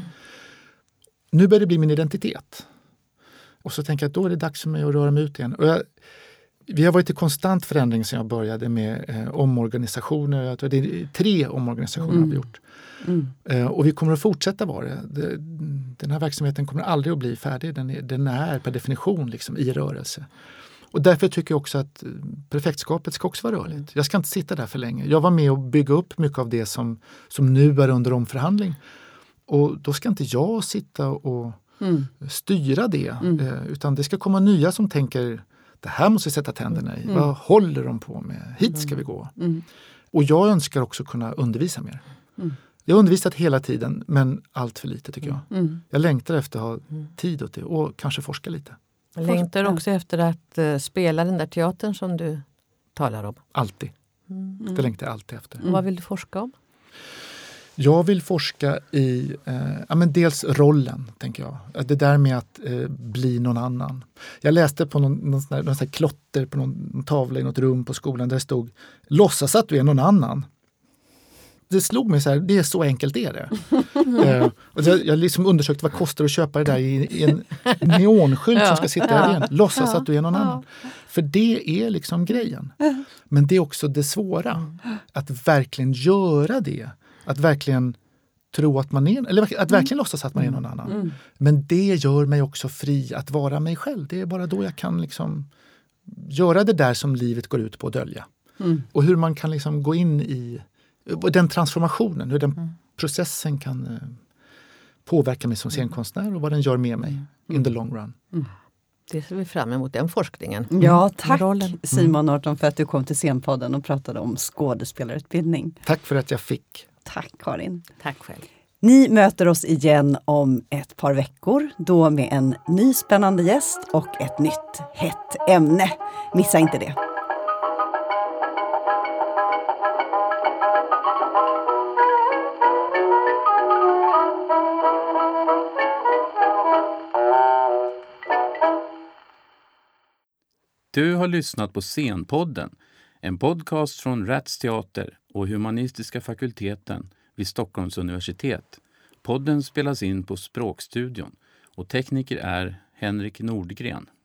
Nu börjar det bli min identitet. Och så tänker jag att då är det dags för mig att röra mig ut igen. Och jag, vi har varit i konstant förändring sedan jag började med eh, omorganisationer. Jag tror det är tre omorganisationer mm. har vi gjort. Mm. Eh, och vi kommer att fortsätta vara det. det. Den här verksamheten kommer aldrig att bli färdig. Den är, den är per definition liksom i rörelse. Och därför tycker jag också att prefektskapet ska också vara rörligt. Jag ska inte sitta där för länge. Jag var med och bygga upp mycket av det som, som nu är under omförhandling. Och då ska inte jag sitta och mm. styra det. Mm. Eh, utan det ska komma nya som tänker, det här måste vi sätta tänderna i. Mm. Vad håller de på med? Hit ska vi gå. Mm. Och jag önskar också kunna undervisa mer. Mm. Jag har undervisat hela tiden, men allt för lite tycker jag. Mm. Jag längtar efter att ha tid åt det och kanske forska lite. Jag längtar också efter att uh, spela den där teatern som du talar om. Alltid. Mm. Det längtar jag alltid efter. Mm. Vad vill du forska om? Jag vill forska i eh, ja, men dels rollen, tänker jag. Det där med att eh, bli någon annan. Jag läste på någon, någon, sån här, någon sån här klotter på någon, någon tavla i något rum på skolan där det stod låtsas att du är någon annan. Det slog mig så här, det är så enkelt är det. Mm. eh, och jag jag liksom undersökte vad kostar att köpa det där i, i en neonskylt ja, som ska sitta där igen. Låtsas ja, att du är någon ja. annan. För det är liksom grejen. Men det är också det svåra. Att verkligen göra det. Att verkligen tro att man är, eller att verkligen mm. låtsas att man är någon annan. Mm. Men det gör mig också fri att vara mig själv. Det är bara då jag kan liksom göra det där som livet går ut på att dölja. Mm. Och hur man kan liksom gå in i den transformationen, hur den mm. processen kan eh, påverka mig som scenkonstnär och vad den gör med mig mm. in the long run. Mm. Det ser vi fram emot, den forskningen. Ja, tack mm. Simon Norton för att du kom till Scenpodden och pratade om skådespelarutbildning. Tack för att jag fick. Tack Karin. Tack själv. Ni möter oss igen om ett par veckor, då med en ny spännande gäst och ett nytt hett ämne. Missa inte det. Du har lyssnat på Scenpodden, en podcast från Rats Teater och Humanistiska fakulteten vid Stockholms universitet. Podden spelas in på Språkstudion och tekniker är Henrik Nordgren.